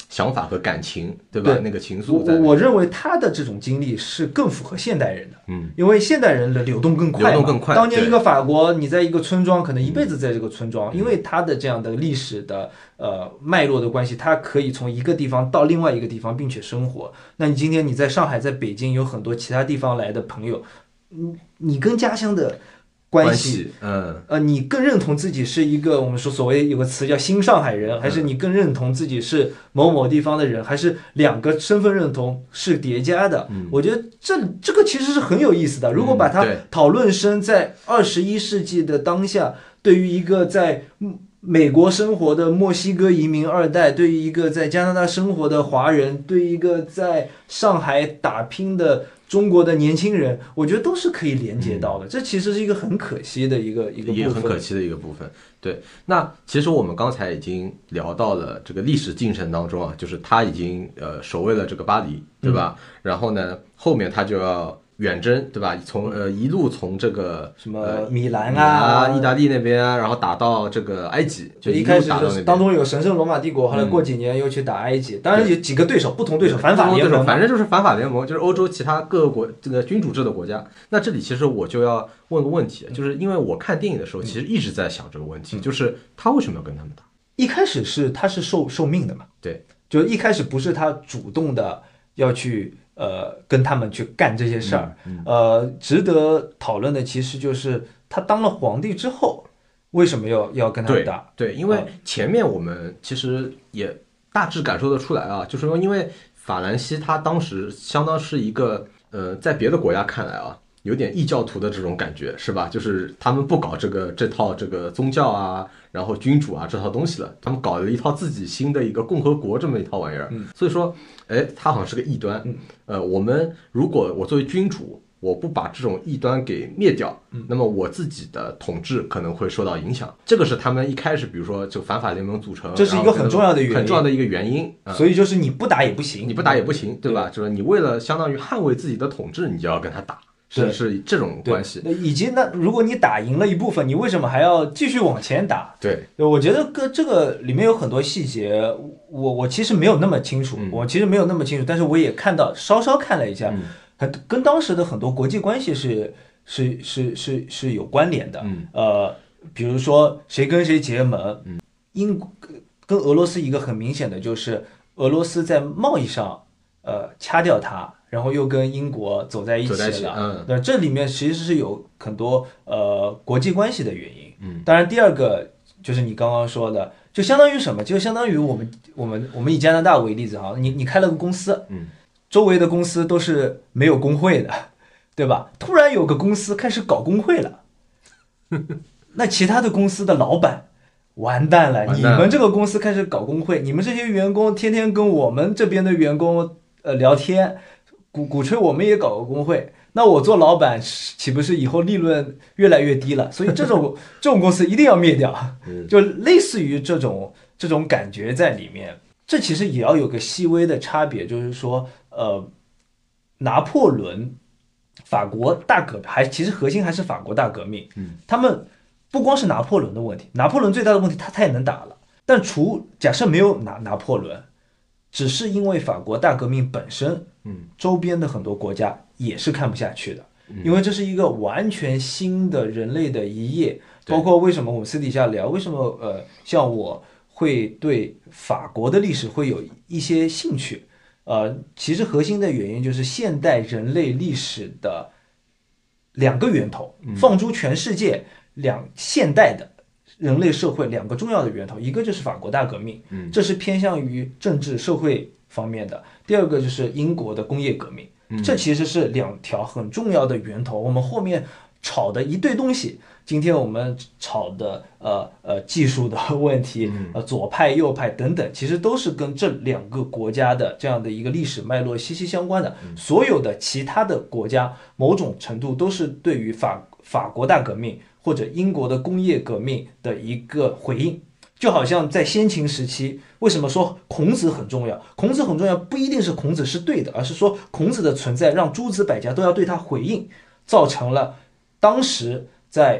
想法和感情，对吧？ 对那个情愫在。我我认为他的这种经历是更符合现代人的， 嗯， 因为现代人的流动更快嘛， 流动更快。 当年一个法国，你在一个村庄，可能一辈子在这个村庄，嗯、因为他的这样的历史的呃脉络的关系，他可以从一个地方到另外一个地方，并且生活。那你今天你在上海、在北京，有很多其他地方来的朋友，嗯，你跟家乡的。关系， 嗯， 呃，你更认同自己是一个我们说所谓有个词叫新上海人，还是你更认同自己是某某地方的人，还是两个身份认同是叠加的？ 嗯， 我觉得这这个其实是很有意思的。如果把它讨论深，在二十一世纪的当下，对于一个在美国生活的墨西哥移民二代，对于一个在加拿大生活的华人，对于一个在上海打拼的中国的年轻人，我觉得都是可以连接到的。嗯、这其实是一个很可惜的一个一个部分， 也很可惜的一个部分。对，那其实我们刚才已经聊到了这个历史进程当中啊，就是他已经呃守卫了这个巴黎，对吧？嗯、然后呢，后面他就要远征，对吧？从呃一路从这个什么米兰啊、啊意大利那边啊，然后打到这个埃及，就一开始就是当中有神圣罗马帝国，后来过几年又去打埃及。嗯、当然有几个对手，不同对手，反法联盟， 反正就是反法联盟，就是欧洲其他各个国这个君主制的国家。那这里其实我就要问个问题，就是因为我看电影的时候，其实一直在想这个问题，嗯、就是他为什么要跟他们打？ 一开始是他是受受命的嘛， 对， 就一开始不是他主动的要去。呃，跟他们去干这些事儿， 嗯嗯、 呃，值得讨论的其实就是他当了皇帝之后，为什么要要跟他打？ 对，对，因为前面我们其实也大致感受得出来啊，就是说，因为法兰西他当时相当是一个呃，在别的国家看来啊，有点异教徒的这种感觉，是吧？就是他们不搞这个这套这个宗教啊，然后君主啊这套东西了，他们搞了一套自己新的一个共和国这么一套玩意儿， 嗯、 所以说。哎，他好像是个异端。 嗯， 呃，我们如果我作为君主，我不把这种异端给灭掉， 嗯， 那么我自己的统治可能会受到影响。这个是他们一开始，比如说就反法联盟组成， 这是一个很重要的原因， 很重要的一个原因。 嗯、所以就是你不打也不行， 你不打也不行，对吧？就是你为了相当于捍卫自己的统治，你就要跟他打。是是这种关系， 以及那如果你打赢了一部分，你为什么还要继续往前打？ 对， 我觉得个这个里面有很多细节，我我其实没有那么清楚， 嗯、 我其实没有那么清楚，但是我也看到稍稍看了一下， 嗯、 很跟当时的很多国际关系是是是是是有关联的。 嗯， 呃，比如说谁跟谁结盟， 嗯， 英跟俄罗斯一个很明显的就是俄罗斯在贸易上呃掐掉它。然后又跟英国走在一起了， 嗯， 那这里面其实是有很多呃国际关系的原因， 嗯， 当然第二个就是你刚刚说的，就相当于什么？就相当于我们我们我们以加拿大为例子哈，你你开了个公司， 嗯， 周围的公司都是没有工会的，对吧？突然有个公司开始搞工会了，那其他的公司的老板完蛋了，你们这个公司开始搞工会，你们这些员工天天跟我们这边的员工呃聊天。鼓鼓吹我们也搞个工会，那我做老板岂不是以后利润越来越低了？所以这种这种公司一定要灭掉，就类似于这种这种感觉在里面。这其实也要有个细微的差别，就是说，呃，拿破仑，法国大革还其实核心还是法国大革命。 嗯， 他们不光是拿破仑的问题，拿破仑最大的问题他他也能打了，但除假设没有拿拿破仑。只是因为法国大革命本身， 嗯， 周边的很多国家也是看不下去的， 嗯、 因为这是一个完全新的人类的一页。包括为什么我们私底下聊，为什么呃，像我会对法国的历史会有一些兴趣，呃，其实核心的原因就是现代人类历史的两个源头， 嗯、 放诸全世界两现代的。人类社会两个重要的源头，一个就是法国大革命， 嗯， 这是偏向于政治社会方面的；第二个就是英国的工业革命， 嗯， 这其实是两条很重要的源头。我们后面炒的一堆东西，今天我们炒的呃呃技术的问题，呃左派右派等等，其实都是跟这两个国家的这样的一个历史脉络息息相关的。所有的其他的国家，某种程度都是对于法法国大革命。或者英国的工业革命的一个回应，就好像在先秦时期，为什么说孔子很重要？孔子很重要，不一定是孔子是对的，而是说孔子的存在让诸子百家都要对他回应，造成了当时在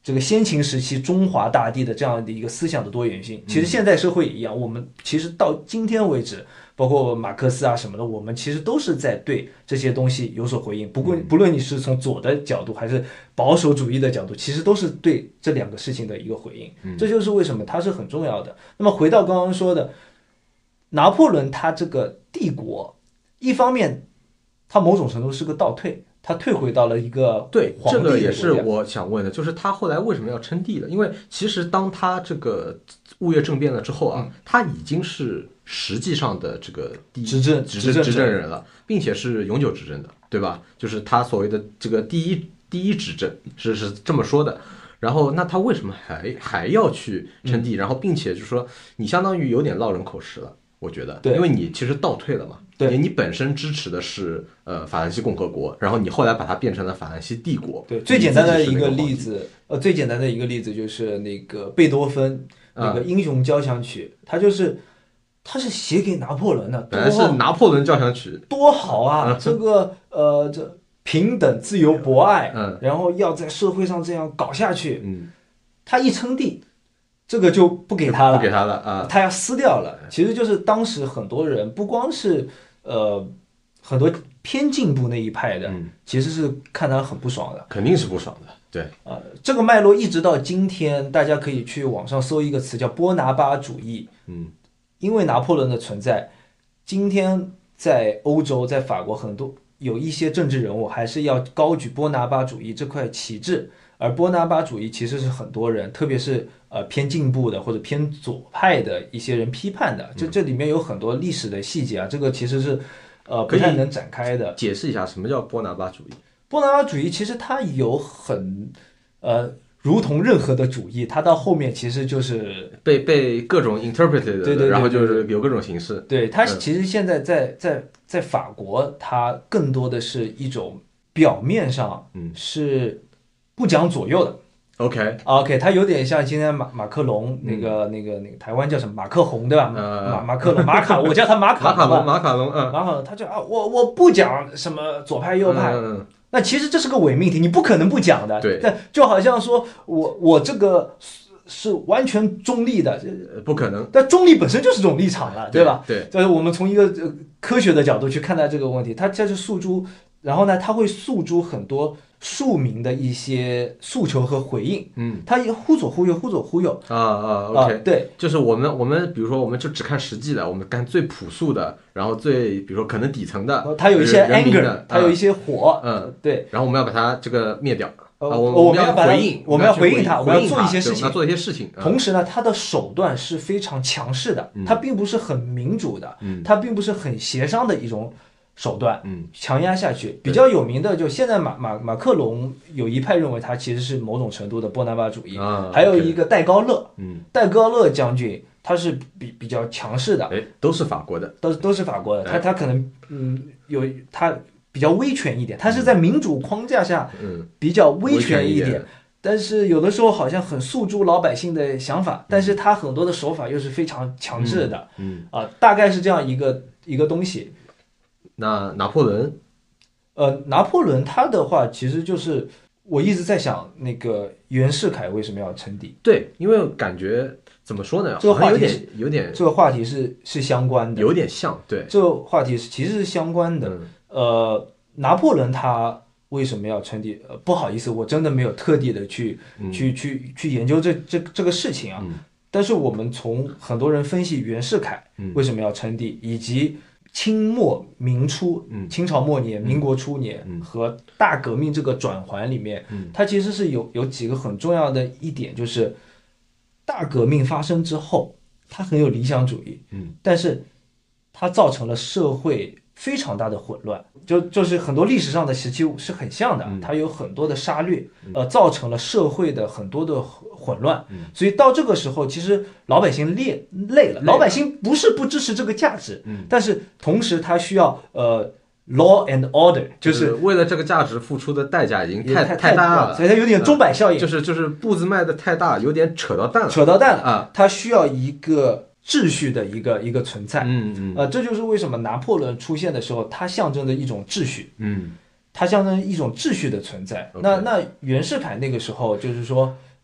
这个先秦时期中华大地的这样的一个思想的多元性。其实现代社会也一样，我们其实到今天为止，包括马克思啊什么的，我们其实都是在对这些东西有所回应。不过不论你是从左的角度还是保守主义的角度，其实都是对这两个事情的一个回应。这就是为什么它是很重要的。那么回到刚刚说的，拿破仑他这个帝国，一方面他某种程度是个倒退。他退回到了一个对，这个也是我想问的，就是他后来为什么要称帝了？因为其实当他这个雾月政变了之后啊，嗯、他已经是实际上的这个第一执政执政执政人了，并且是永久执政的，对吧？就是他所谓的这个第一第一执政是是这么说的。然后，那他为什么还还要去称帝？嗯、然后，并且就是说，你相当于有点落人口实了。我觉得，因为你其实倒退了嘛， 对， 你本身支持的是呃法兰西共和国，然后你后来把它变成了法兰西帝国。 对，最简单的一个例子，呃，最简单的一个例子就是那个贝多芬那个英雄交响曲，它就是它是写给拿破仑的， 本来是拿破仑交响曲， 多好啊！这个呃，这平等、自由、博爱， 嗯， 然后要在社会上这样搞下去， 嗯， 他一称帝。这个就不给他了， 不给他了啊！ 他要撕掉了。其实就是当时很多人，不光是呃很多偏进步那一派的， 嗯、 其实是看他很不爽的， 肯定是不爽的。对啊、呃，这个脉络一直到今天，大家可以去网上搜一个词叫波拿巴主义。 嗯， 因为拿破仑的存在，今天在欧洲，在法国很多有一些政治人物还是要高举波拿巴主义这块旗帜。而波拿巴主义其实是很多人，特别是呃偏进步的或者偏左派的一些人批判的。这这里面有很多历史的细节啊，这个其实是呃不太能展开的。 解释一下什么叫波拿巴主义？ 波拿巴主义其实它有很呃，如同任何的主义，它到后面其实就是被被各种 interpreted 的， 对对对， 然后就是有各种形式。 对，它其实现在在在在法国，它更多的是一种表面上是不讲左右的。 OK OK， 他有点像今天马马克龙那个、嗯、那个那个台湾叫什么马克宏对吧？ 呃、 马马克龙马卡，我叫他马卡马卡龙马卡龙，嗯， 马卡龙，他就啊我我不讲什么左派右派， 嗯、 那其实这是个伪命题，你不可能不讲的。 对， 但就好像说我我这个是完全中立的， 不可能。 但中立本身就是种立场了， 对吧？ 对， 就是我们从一个科学的角度去看待这个问题，他这是诉诸，然后呢，他会诉诸很多庶民的一些诉求和回应， 嗯， 他忽左忽右，忽左忽右啊啊 ，OK，、 啊、对， 就是我们我们比如说我们就只看实际的，我们看最朴素的，然后最比如说可能底层的， 他有一些 anger， 他有一些火， 嗯，对， 然后我们要把它这个灭掉， 呃， 啊、我们要回应， 我们要回应他， 我们要做一些事情， 要做一些事情， 嗯、同时呢，他的手段是非常强势的， 嗯、 他并不是很民主的， 嗯， 他并不是很协商的一种手段， 嗯， 强压下去。比较有名的就现在马马马克龙有一派认为他其实是某种程度的波拿巴主义， 啊， 还有一个戴高乐， 嗯， 戴高乐将军他是比比较强势的， 哎，都是法国的， 都都是法国的，他他可能嗯有他比较威权一点，他是在民主框架下， 嗯， 比较威权一点。但是有的时候好像很诉诸老百姓的想法，但是他很多的手法又是非常强制的， 嗯， 嗯啊，大概是这样一个一个东西。 那拿破仑， 呃，拿破仑他的话其实就是我一直在想，那个袁世凯为什么要称帝？ 对，因为感觉怎么说呢， 这个话题有点有点， 这个话题是是相关的， 有点像，对， 这个话题是其实是相关的。 嗯、 呃，拿破仑他为什么要称帝？呃，不好意思，我真的没有特地的去、 嗯、 去去去研究这这这个事情啊。 嗯、 但是我们从很多人分析袁世凯为什么要称帝， 嗯、 以及清末民初、 嗯、 清朝末年、民国初年、 嗯、 和大革命这个转环里面， 嗯、 它其实是有有几个很重要的一点，就是大革命发生之后，它很有理想主义， 嗯、 但是它造成了社会非常大的混乱，就就是很多历史上的时期是很像的， 嗯、 它有很多的杀掠， 嗯、 呃，造成了社会的很多的混乱， 嗯、 所以到这个时候，其实老百姓累累了，老百姓不是不支持这个价值， 嗯、 但是同时他需要呃 law and order， 就是为了这个价值付出的代价已经太太太大了， 所以它有点钟摆效应， 呃、就是就是步子迈的太大，有点扯到蛋了， 扯到蛋了啊， 它需要一个秩序的一个一个存在， 嗯嗯， 呃，这就是为什么拿破仑出现的时候，它象征着一种秩序， 嗯， 它象征一种秩序的存在。 Okay. 那那袁世凯那个时候就是说，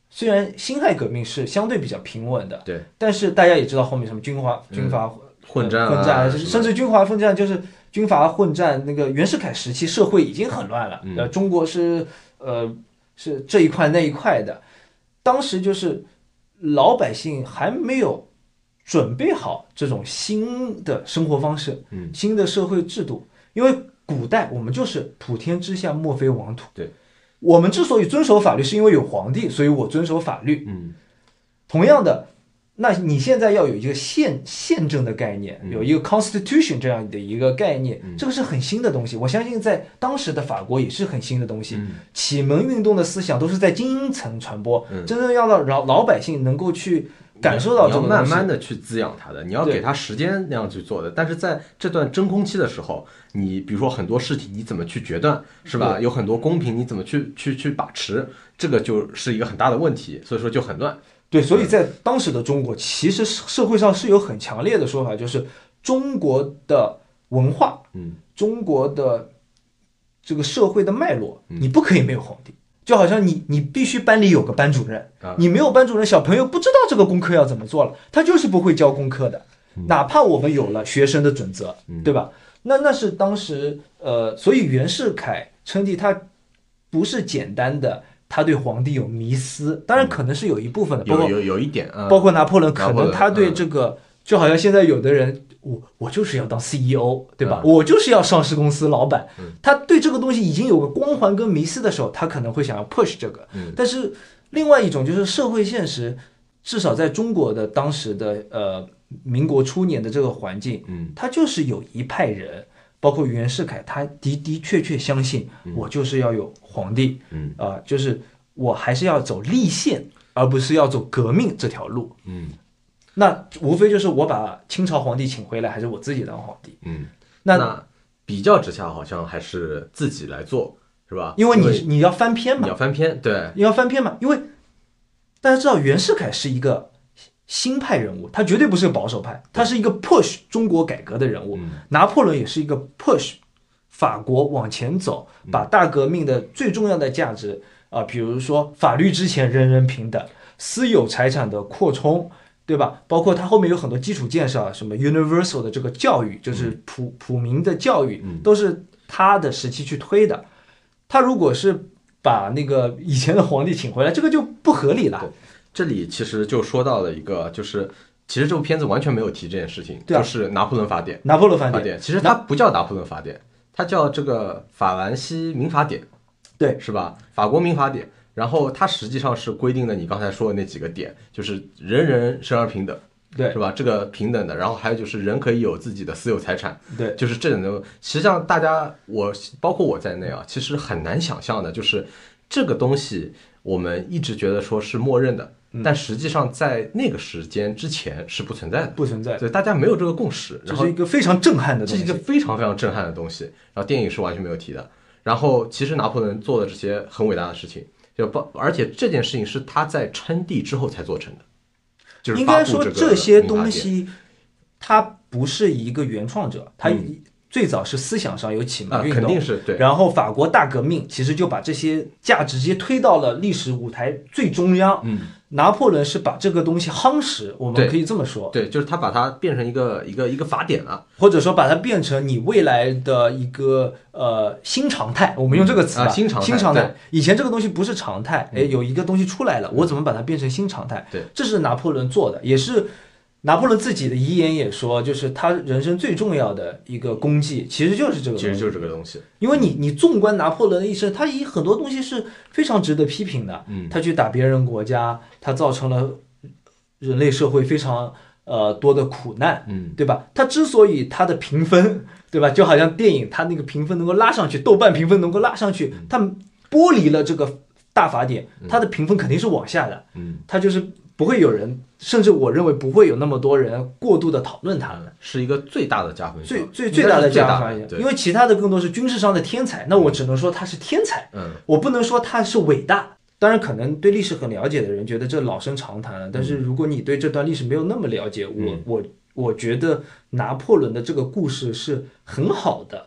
虽然辛亥革命是相对比较平稳的， 对， 但是大家也知道后面什么军阀军阀、 嗯、混战、啊、 混战，甚至军阀混战就是军阀混战。那个袁世凯时期社会已经很乱了， 嗯、 呃，中国是呃是这一块那一块的，当时就是老百姓还没有准备好这种新的生活方式， 嗯， 新的社会制度，因为古代我们就是普天之下莫非王土， 对。 我们之所以遵守法律，是因为有皇帝，所以我遵守法律。 嗯， 同样的，那你现在要有一个宪宪政的概念，有一个 constitution 这样的一个概念， 嗯、 这个是很新的东西。我相信在当时的法国也是很新的东西。 嗯、 启蒙运动的思想都是在精英层传播， 嗯、 真正要让老老百姓能够去感受到这种你要慢慢的去滋养它的，你要给它时间那样去做的。但是在这段真空期的时候，你比如说很多事情你怎么去决断，是吧？有很多公平你怎么去去去把持，这个就是一个很大的问题，所以说就很乱。 对，所以在当时的中国，其实社会上是有很强烈的说法，就是中国的文化， 嗯， 中国的这个社会的脉络， 嗯、 你不可以没有皇帝。就好像你你必须班里有个班主任， 啊、 你没有班主任，小朋友不知道这个功课要怎么做了，他就是不会教功课的。 嗯、 哪怕我们有了学生的准则， 嗯、 对吧？那那是当时呃，所以袁世凯称帝，他不是简单的他对皇帝有迷思，当然可能是有一部分的，包括有有有一点，嗯、 包括拿破仑，可能他对嗯、 这个，就好像现在有的人。我我就是要当 C E O， 对吧？ 嗯、 我就是要上市公司老板。 嗯、 他对这个东西已经有个光环跟迷思的时候，他可能会想要 push 这个。 嗯、 但是另外一种就是社会现实，至少在中国的当时的呃民国初年的这个环境， 嗯， 他就是有一派人，包括袁世凯，他的的确确相信， 嗯、 我就是要有皇帝， 嗯啊、呃，就是我还是要走立宪，而不是要走革命这条路。 嗯。 那无非就是我把清朝皇帝请回来，还是我自己当皇帝？ 嗯， 那, 那比较之下，好像还是自己来做，是吧？ 因为你因为你要翻篇嘛， 你要翻篇，对， 你要翻篇嘛。因为大家知道袁世凯是一个新派人物，他绝对不是个保守派，他是一个 push 中国改革的人物。 嗯、 拿破仑也是一个 push 法国往前走，把大革命的最重要的价值啊、呃，比如说法律之前人人平等，私有财产的扩充。对吧？包括他后面有很多基础建设啊，什么 universal 的这个教育，就是普普民的教育，都是他的时期去推的。他如果是把那个以前的皇帝请回来，这个就不合理了。 这里其实就说到了一个，就是其实这部片子完全没有提这件事情， 对啊、 就是拿破仑法典。 拿破仑法典， 法典其实它不叫拿破仑法典，它叫这个法兰西民法典， 对， 是吧？法国民法典。然后它实际上是规定了你刚才说的那几个点，就是人人生而平等， 对， 是吧？这个平等的，然后还有就是人可以有自己的私有财产， 对， 就是这种的。实际上大家，我包括我在内啊，其实很难想象的，就是这个东西我们一直觉得说是默认的， 嗯、 但实际上在那个时间之前是不存在的， 不存在， 对，大家没有这个共识。 这是一个非常震撼的东西， 这是一个非常非常震撼的东西。然后电影是完全没有提的。然后其实拿破仑做的这些很伟大的事情。就不，而且这件事情是他在称帝之后才做成的，就是应该说这些东西，他不是一个原创者，他最早是思想上有启蒙运动， 嗯啊、肯定是对。 然后法国大革命其实就把这些价值直接推到了历史舞台最中央。 嗯， 拿破仑是把这个东西夯实，我们可以这么说。 对，对就是他把它变成一个一个一个法典了， 或者说把它变成你未来的一个呃新常态。我们用这个词吧， 嗯啊、新常态。 新常态。以前这个东西不是常态，哎，有一个东西出来了，嗯、我怎么把它变成新常态？ 对， 这是拿破仑做的，也是。拿破仑自己的遗言也说，就是他人生最重要的一个功绩，其实就是这个东西， 其实就是这个东西。 因为你你纵观拿破仑的一生，他以很多东西是非常值得批评的。 嗯， 他去打别人国家，他造成了人类社会非常呃多的苦难， 嗯， 对吧？他之所以他的评分，对吧？就好像电影他那个评分能够拉上去，豆瓣评分能够拉上去，他剥离了这个大法典，他的评分肯定是往下的。 嗯， 他就是不会有人。甚至我认为不会有那么多人过度的讨论它了， 是一个最大的加分项， 最最最大的加分项， 因为其他的更多是军事上的天才，那我只能说他是天才， 嗯， 我不能说他是伟大。当然，可能对历史很了解的人觉得这老生常谈了，但是如果你对这段历史没有那么了解， 嗯、 我我我觉得拿破仑的这个故事是很好的，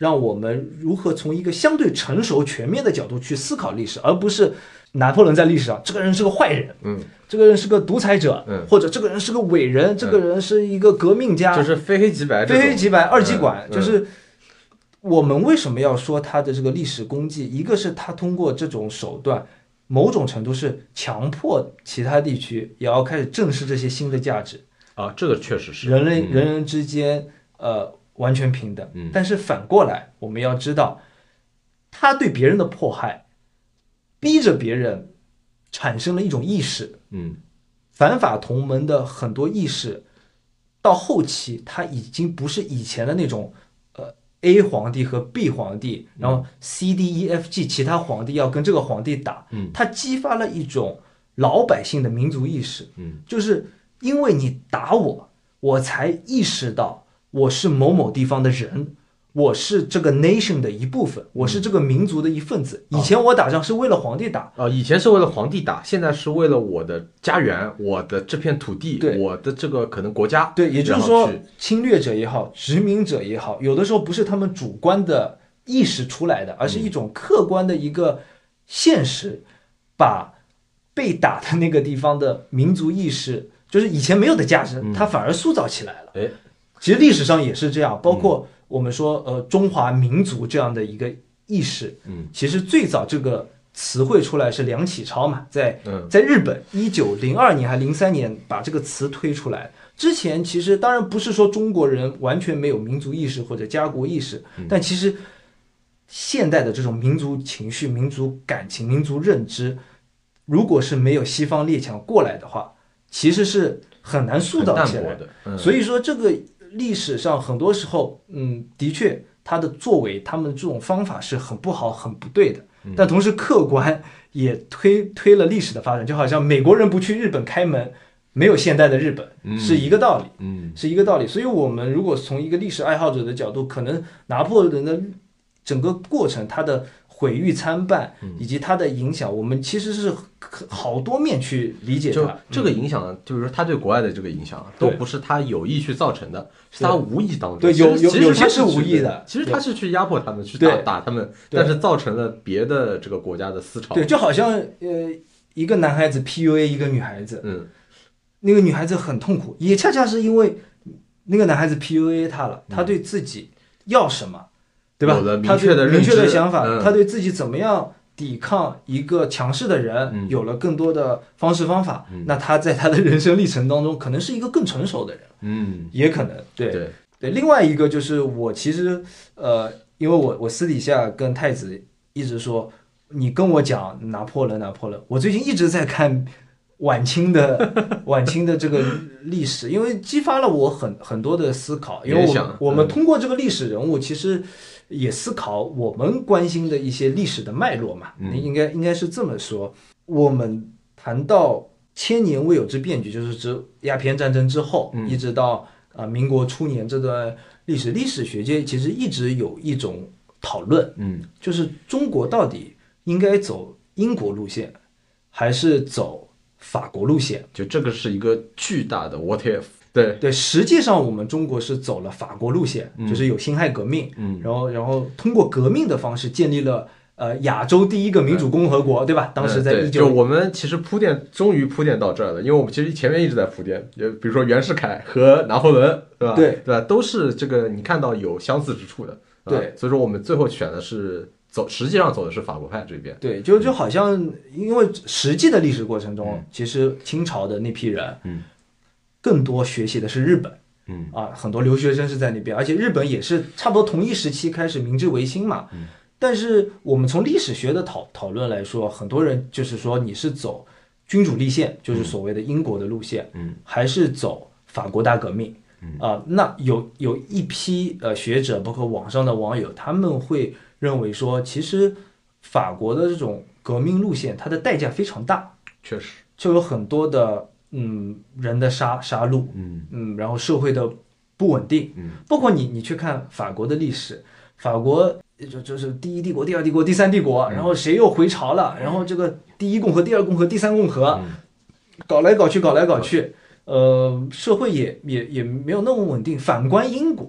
让我们如何从一个相对成熟全面的角度去思考历史，而不是拿破仑在历史上这个人是个坏人， 嗯， 这个人是个独裁者， 嗯， 或者这个人是个伟人，这个人是一个革命家， 就是非黑即白， 非黑即白二极管， 嗯、 就是我们为什么要说他的这个历史功绩？一个是他通过这种手段，某种程度是强迫其他地区也要开始正视这些新的价值啊，这个确实是人类、 嗯、 人人之间呃完全平等。 嗯， 但是反过来，我们要知道，他对别人的迫害，逼着别人产生了一种意识。 嗯， 反法同盟的很多意识，到后期他已经不是以前的那种。A 皇帝和 B 皇帝，然后 C D E F G 其他皇帝要跟这个皇帝打， 嗯， 它激发了一种老百姓的民族意识， 嗯， 就是因为你打我，我才意识到我是某某地方的人，我是这个 nation 的一部分，我是这个民族的一份子。以前我打仗是为了皇帝打， 啊、呃，以前是为了皇帝打，现在是为了我的家园，我的这片土地， 对， 我的这个可能国家。 对，也就是说，侵略者也好，殖民者也好，有的时候不是他们主观的意识出来的，而是一种客观的一个现实，把被打的那个地方的民族意识，就是以前没有的价值，它反而塑造起来了。 哎、嗯， 其实历史上也是这样，包括我们说呃中华民族这样的一个意识， 嗯， 其实最早这个词汇出来是梁启超嘛，在嗯在日本一九零二年还零三年把这个词推出来。之前其实当然不是说中国人完全没有民族意识或者家国意识， 嗯、 但其实现代的这种民族情绪、民族感情、民族认知，如果是没有西方列强过来的话，其实是很难塑造起来的。嗯、 所以说这个。历史上很多时候，嗯，的确，他的作为，他们这种方法是很不好、很不对的。但同时，客观也推推了历史的发展，就好像美国人不去日本开门，没有现代的日本， 嗯、 是一个道理， 嗯， 是一个道理。所以，我们如果从一个历史爱好者的角度，可能拿破仑的整个过程，他的毁誉参半，以及它的影响，我们其实是好多面去理解它。 就这个影响，就是说他对国外的这个影响，都不是他有意去造成的，是他无意当中。 对，有有有些是无意的。 其实他是去压迫他们，去打打他们，但是造成了别的这个国家的思潮。 对，就好像呃，一个男孩子 P U A 一个女孩子， 嗯， 那个女孩子很痛苦，也恰恰是因为那个男孩子 P U A 她了，他对自己要什么。对吧？ 有了明确的明确的想法， 嗯、 他对自己怎么样抵抗一个强势的人， 嗯、 有了更多的方式方法。 嗯、 那他在他的人生历程当中，可能是一个更成熟的人， 嗯， 也可能对对对。另外一个就是我其实呃，因为我我私底下跟太子一直说，你跟我讲拿破仑，拿破仑，我最近一直在看晚清的晚清的这个历史，因为激发了我很很多的思考，因为我们、 嗯、 我们通过这个历史人物，其实也思考我们关心的一些历史的脉络嘛。 嗯、 应该应该是这么说。我们谈到千年未有之变局，就是指鸦片战争之后， 嗯、 一直到啊、呃、民国初年这段历史，历史学界其实一直有一种讨论， 嗯， 就是中国到底应该走英国路线，还是走法国路线？ 就这个是一个巨大的 what if。对对，实际上我们中国是走了法国路线， 嗯、 就是有辛亥革命， 嗯， 然后然后通过革命的方式建立了呃亚洲第一个民主共和国，嗯、对吧？当时在一九， 就我们其实铺垫终于铺垫到这儿了，因为我们其实前面一直在铺垫，就比如说袁世凯和拿破仑，对吧？ 对对吧？都是这个你看到有相似之处的， 对， 所以说我们最后选的是走，实际上走的是法国派这边， 对，就就好像因为实际的历史过程中， 嗯、 其实清朝的那批人， 嗯， 更多学习的是日本。 嗯啊，很多留学生是在那边，而且日本也是差不多同一时期开始明治维新嘛。 嗯， 但是我们从历史学的讨讨论来说，很多人就是说你是走君主立宪，就是所谓的英国的路线， 嗯， 还是走法国大革命？ 嗯啊，那有有一批呃学者，包括网上的网友，他们会认为说，其实法国的这种革命路线，它的代价非常大， 确实， 就有很多的。嗯，人的杀杀戮， 嗯嗯，然后社会的不稳定， 嗯， 包括你你去看法国的历史，法国就就是第一帝国、第二帝国、第三帝国， 嗯、 然后谁又回朝了，然后这个第一共和、第二共和、第三共和， 嗯、 搞来搞去，搞来搞去，呃，社会也也也没有那么稳定。反观英国，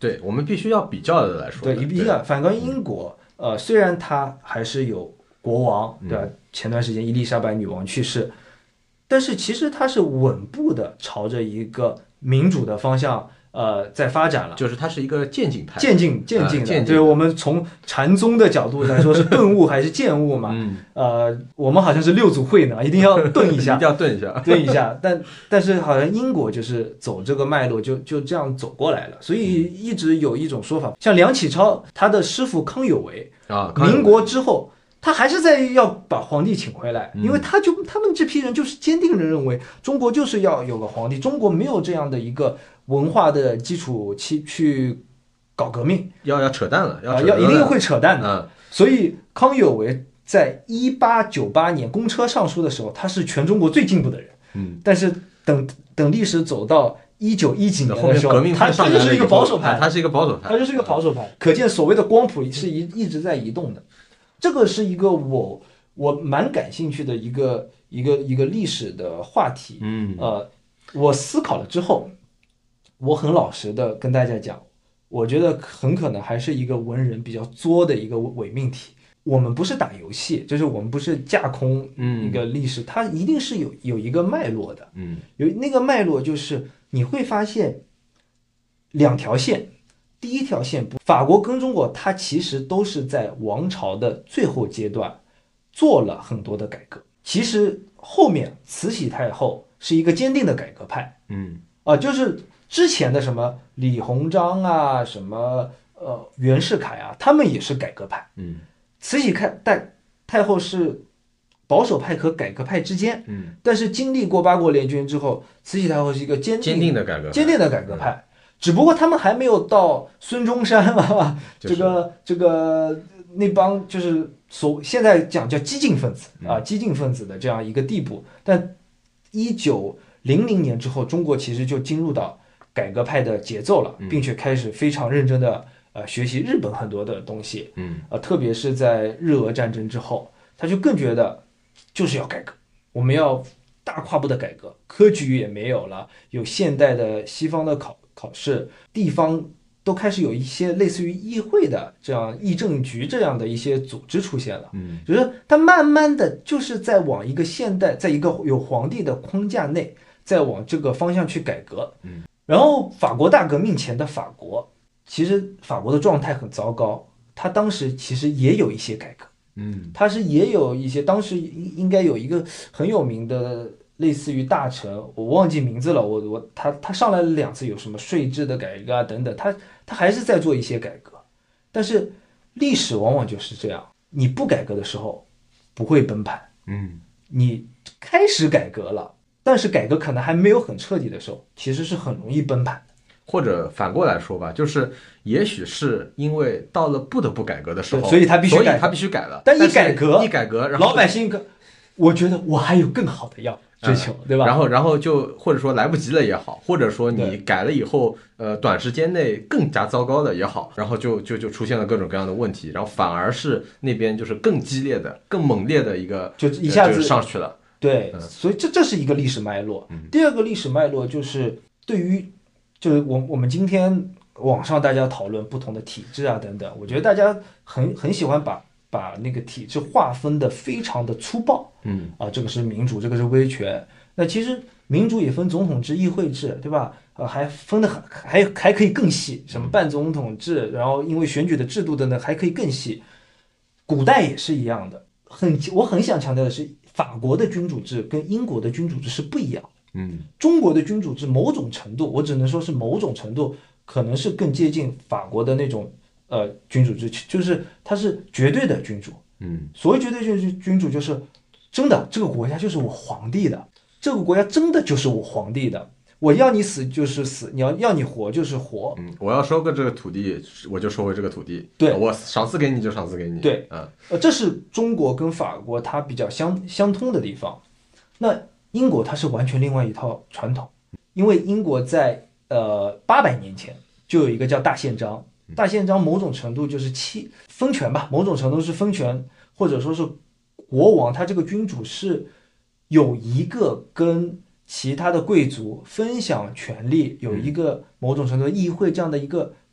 对，我们必须要比较的来说。 对，一比较。反观英国，呃，虽然它还是有国王，对吧？嗯、前段时间伊丽莎白女王去世，但是其实它是稳步的朝着一个民主的方向。呃，在发展了， 就是它是一个渐进派， 渐进渐进的。 呃、 对，我们从禅宗的角度来说，是顿悟还是渐悟嘛？ 嗯， 呃，我们好像是六祖慧能，一定要顿一下， 一定要顿一下， 顿一下。但但是好像英国就是走这个脉络就，就就这样走过来了。所以一直有一种说法，像梁启超他的师傅康有为啊， 民国之后。他还是在要把皇帝请回来，因为他就他们这批人就是坚定的认为中国就是要有个皇帝，中国没有这样的一个文化的基础去去搞革命， 要要扯淡了，要要一定会扯淡的。 嗯、 所以康有为在一八九八年公车上书的时候，他是全中国最进步的人。 嗯， 但是等等历史走到一九一几年的时候， 革命他他就是一个保守派， 他是一个保守派， 他就是一个保守派。可见所谓的光谱是一一直在移动的。这个是一个我我蛮感兴趣的一个一个一个历史的话题， 嗯， 呃，我思考了之后，我很老实的跟大家讲，我觉得很可能还是一个文人比较作的一个伪命题。我们不是打游戏，就是我们不是架空一个历史，嗯、它一定是有有一个脉络的， 嗯， 有那个脉络就是你会发现两条线。第一条线，法国跟中国，它其实都是在王朝的最后阶段做了很多的改革。其实后面慈禧太后是一个坚定的改革派， 嗯， 啊、呃，就是之前的什么李鸿章啊，什么呃袁世凯啊，他们也是改革派， 嗯， 慈禧太太太后是保守派和改革派之间， 嗯， 但是经历过八国联军之后，慈禧太后是一个坚定坚定的改革派， 坚定的改革派。嗯，只不过他们还没有到孙中山啊， 就是、 这个这个那帮就是所现在讲叫激进分子啊，激进分子的这样一个地步。但一九零零年之后，中国其实就进入到改革派的节奏了，并且开始非常认真的呃学习日本很多的东西， 嗯， 呃，特别是在日俄战争之后，他就更觉得就是要改革，我们要大跨步的改革，科举也没有了，有现代的西方的考。考试地方都开始有一些类似于议会的这样议政局这样的一些组织出现了， 嗯， 就是它慢慢的就是在往一个现代，在一个有皇帝的框架内，在往这个方向去改革， 嗯， 然后法国大革命前的法国，其实法国的状态很糟糕，它当时其实也有一些改革， 嗯， 它是也有一些，当时应该有一个很有名的。类似于大臣，我忘记名字了。我我他他上来了两次，有什么税制的改革啊等等，他他还是在做一些改革。但是历史往往就是这样，你不改革的时候不会崩盘， 嗯， 你开始改革了，但是改革可能还没有很彻底的时候，其实是很容易崩盘的。 或者反过来说吧，就是也许是因为到了不得不改革的时候， 所以他必须改， 所以他必须改了。 但一改革， 一改革，然后老百姓，我觉得我还有更好的要。追求、嗯、对吧？ 然后，然后就或者说来不及了也好，或者说你改了以后，呃，短时间内更加糟糕的也好，然后就就就出现了各种各样的问题，然后反而是那边就是更激烈的、更猛烈的一个， 就一下子、 呃、上去了。 对， 嗯、 所以这这是一个历史脉络。 嗯、 第二个历史脉络就是对于，就是我我们今天网上大家讨论不同的体制啊等等，我觉得大家很很喜欢把。把那个体制划分的非常的粗暴， 嗯啊，这个是民主，这个是威权。那其实民主也分总统制、议会制，对吧？呃，还分的还还可以更细，什么半总统制，然后因为选举的制度等等还可以更细。古代也是一样的，很我很想强调的是，法国的君主制跟英国的君主制是不一样的。 嗯， 中国的君主制某种程度，我只能说是某种程度，可能是更接近法国的那种。呃，君主制就是他是绝对的君主， 嗯， 所谓绝对君君主就是真的，这个国家就是我皇帝的，这个国家真的就是我皇帝的，我要你死就是死，你要要你活就是活， 嗯，我要收割这个土地，我就收回这个土地， 对， 我赏赐给你就赏赐给你， 对， 嗯， 呃，这是中国跟法国它比较相相通的地方，那英国它是完全另外一套传统，因为英国在呃八百年前就有一个叫大宪章。大宪章某种程度就是七分权吧，某种程度是分权，或者说是国王他这个君主是有一个跟其他的贵族分享权利，有一个某种程度的议会这样的一个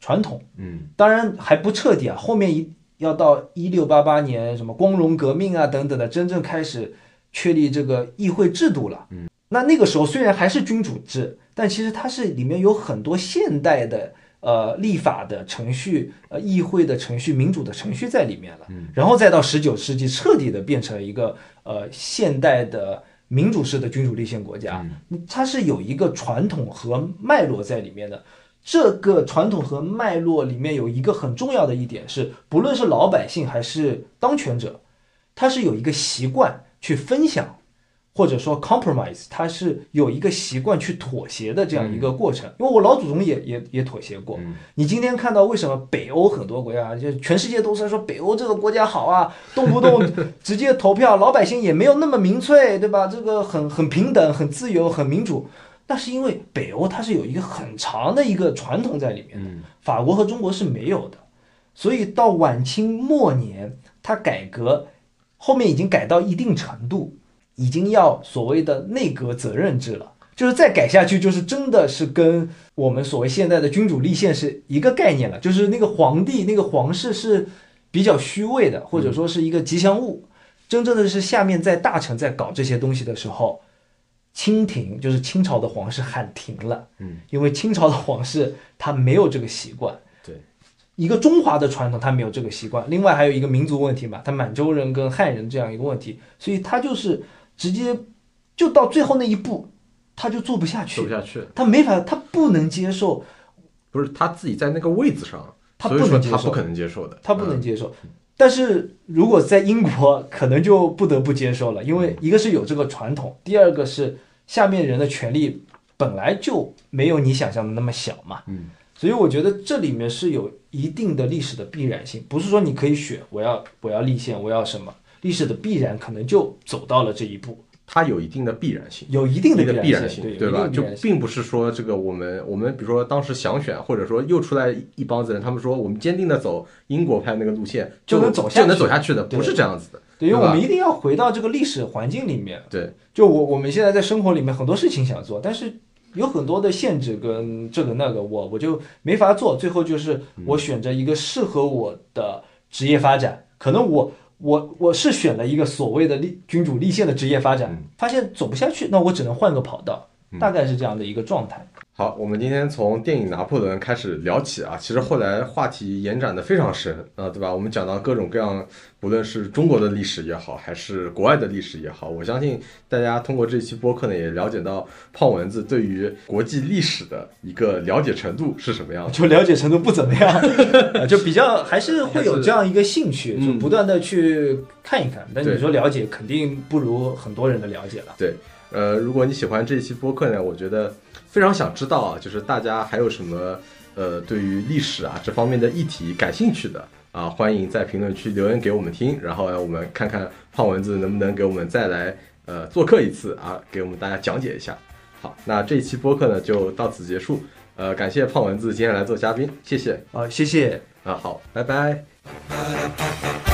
传统， 嗯， 当然还不彻底啊，后面一要到一六八八年什么光荣革命啊等等的，真正开始确立这个议会制度了。 嗯， 那那个时候虽然还是君主制，但其实它是里面有很多现代的呃立法的程序、呃议会的程序、民主的程序在里面了。 嗯， 然后再到十九世纪，彻底的变成一个呃现代的民主式的君主立宪国家， 嗯， 它是有一个传统和脉络在里面的。这个传统和脉络里面有一个很重要的一点是，不论是老百姓还是当权者，他是有一个习惯去分享，或者说 compromise， 他是有一个习惯去妥协的这样一个过程。嗯、因为我老祖宗也也也妥协过。 嗯、 你今天看到为什么北欧很多国家，就全世界都是说北欧这个国家好啊，动不动直接投票，老百姓也没有那么民粹，对吧？这个很很平等、很自由、很民主。那是因为北欧它是有一个很长的一个传统在里面的，法国和中国是没有的，所以到晚清末年，它改革后面已经改到一定程度，已经要所谓的内阁责任制了，就是再改下去，就是真的是跟我们所谓现在的君主立宪是一个概念了，就是那个皇帝那个皇室是比较虚位的，或者说是一个吉祥物，真正的是下面在大臣在搞这些东西的时候。清廷就是清朝的皇室喊停了， 嗯， 因为清朝的皇室他没有这个习惯， 对， 一个中华的传统他没有这个习惯，另外还有一个民族问题嘛，他满洲人跟汉人这样一个问题，所以他就是直接就到最后那一步，他就做不下去， 做不下去， 他没法，他不能接受， 不是他自己在那个位子上， 他不能接受， 他不可能接受的， 他不能接受。嗯，但是如果在英国，可能就不得不接受了，因为一个是有这个传统，第二个是下面人的权力本来就没有你想象的那么小嘛。 嗯， 所以我觉得这里面是有一定的历史的必然性，不是说你可以选我要我要立宪我要什么，历史的必然可能就走到了这一步。 它有一定的必然性， 有一定的必然性， 对, 对吧？就并不是说这个我们我们比如说当时想选，或者说又出来一帮子人，他们说我们坚定的走英国派那个路线， 就能走下去， 就能走下去的，不是这样子的。 对，因为我们一定要回到这个历史环境里面。 对， 就我我们现在在生活里面很多事情想做，但是有很多的限制跟这个那个，我我就没法做。最后就是我选择一个适合我的职业发展，嗯、可能我。我我是选了一个所谓的立君主立宪的职业发展， 嗯、 发现走不下去，那我只能换个跑道，嗯、大概是这样的一个状态。 好，我们今天从电影《拿破仑》开始聊起啊，其实后来话题延展的非常深啊，对吧？我们讲到各种各样，不论是中国的历史也好，还是国外的历史也好，我相信大家通过这期播客呢，也了解到胖蚊子对于国际历史的一个了解程度是什么样的。 就了解程度不怎么样，就比较还是会有这样一个兴趣，就不断的去看一看。嗯、但你说了解，肯定不如很多人的了解了。 对，呃，如果你喜欢这一期播客呢，我觉得非常想知道啊，就是大家还有什么呃对于历史啊这方面的议题感兴趣的啊，欢迎在评论区留言给我们听，然后我们看看胖蚊子能不能给我们再来呃做客一次啊，给我们大家讲解一下。好，那这一期播客呢就到此结束，呃，感谢胖蚊子今天来做嘉宾，谢谢啊，谢谢啊，好，拜拜。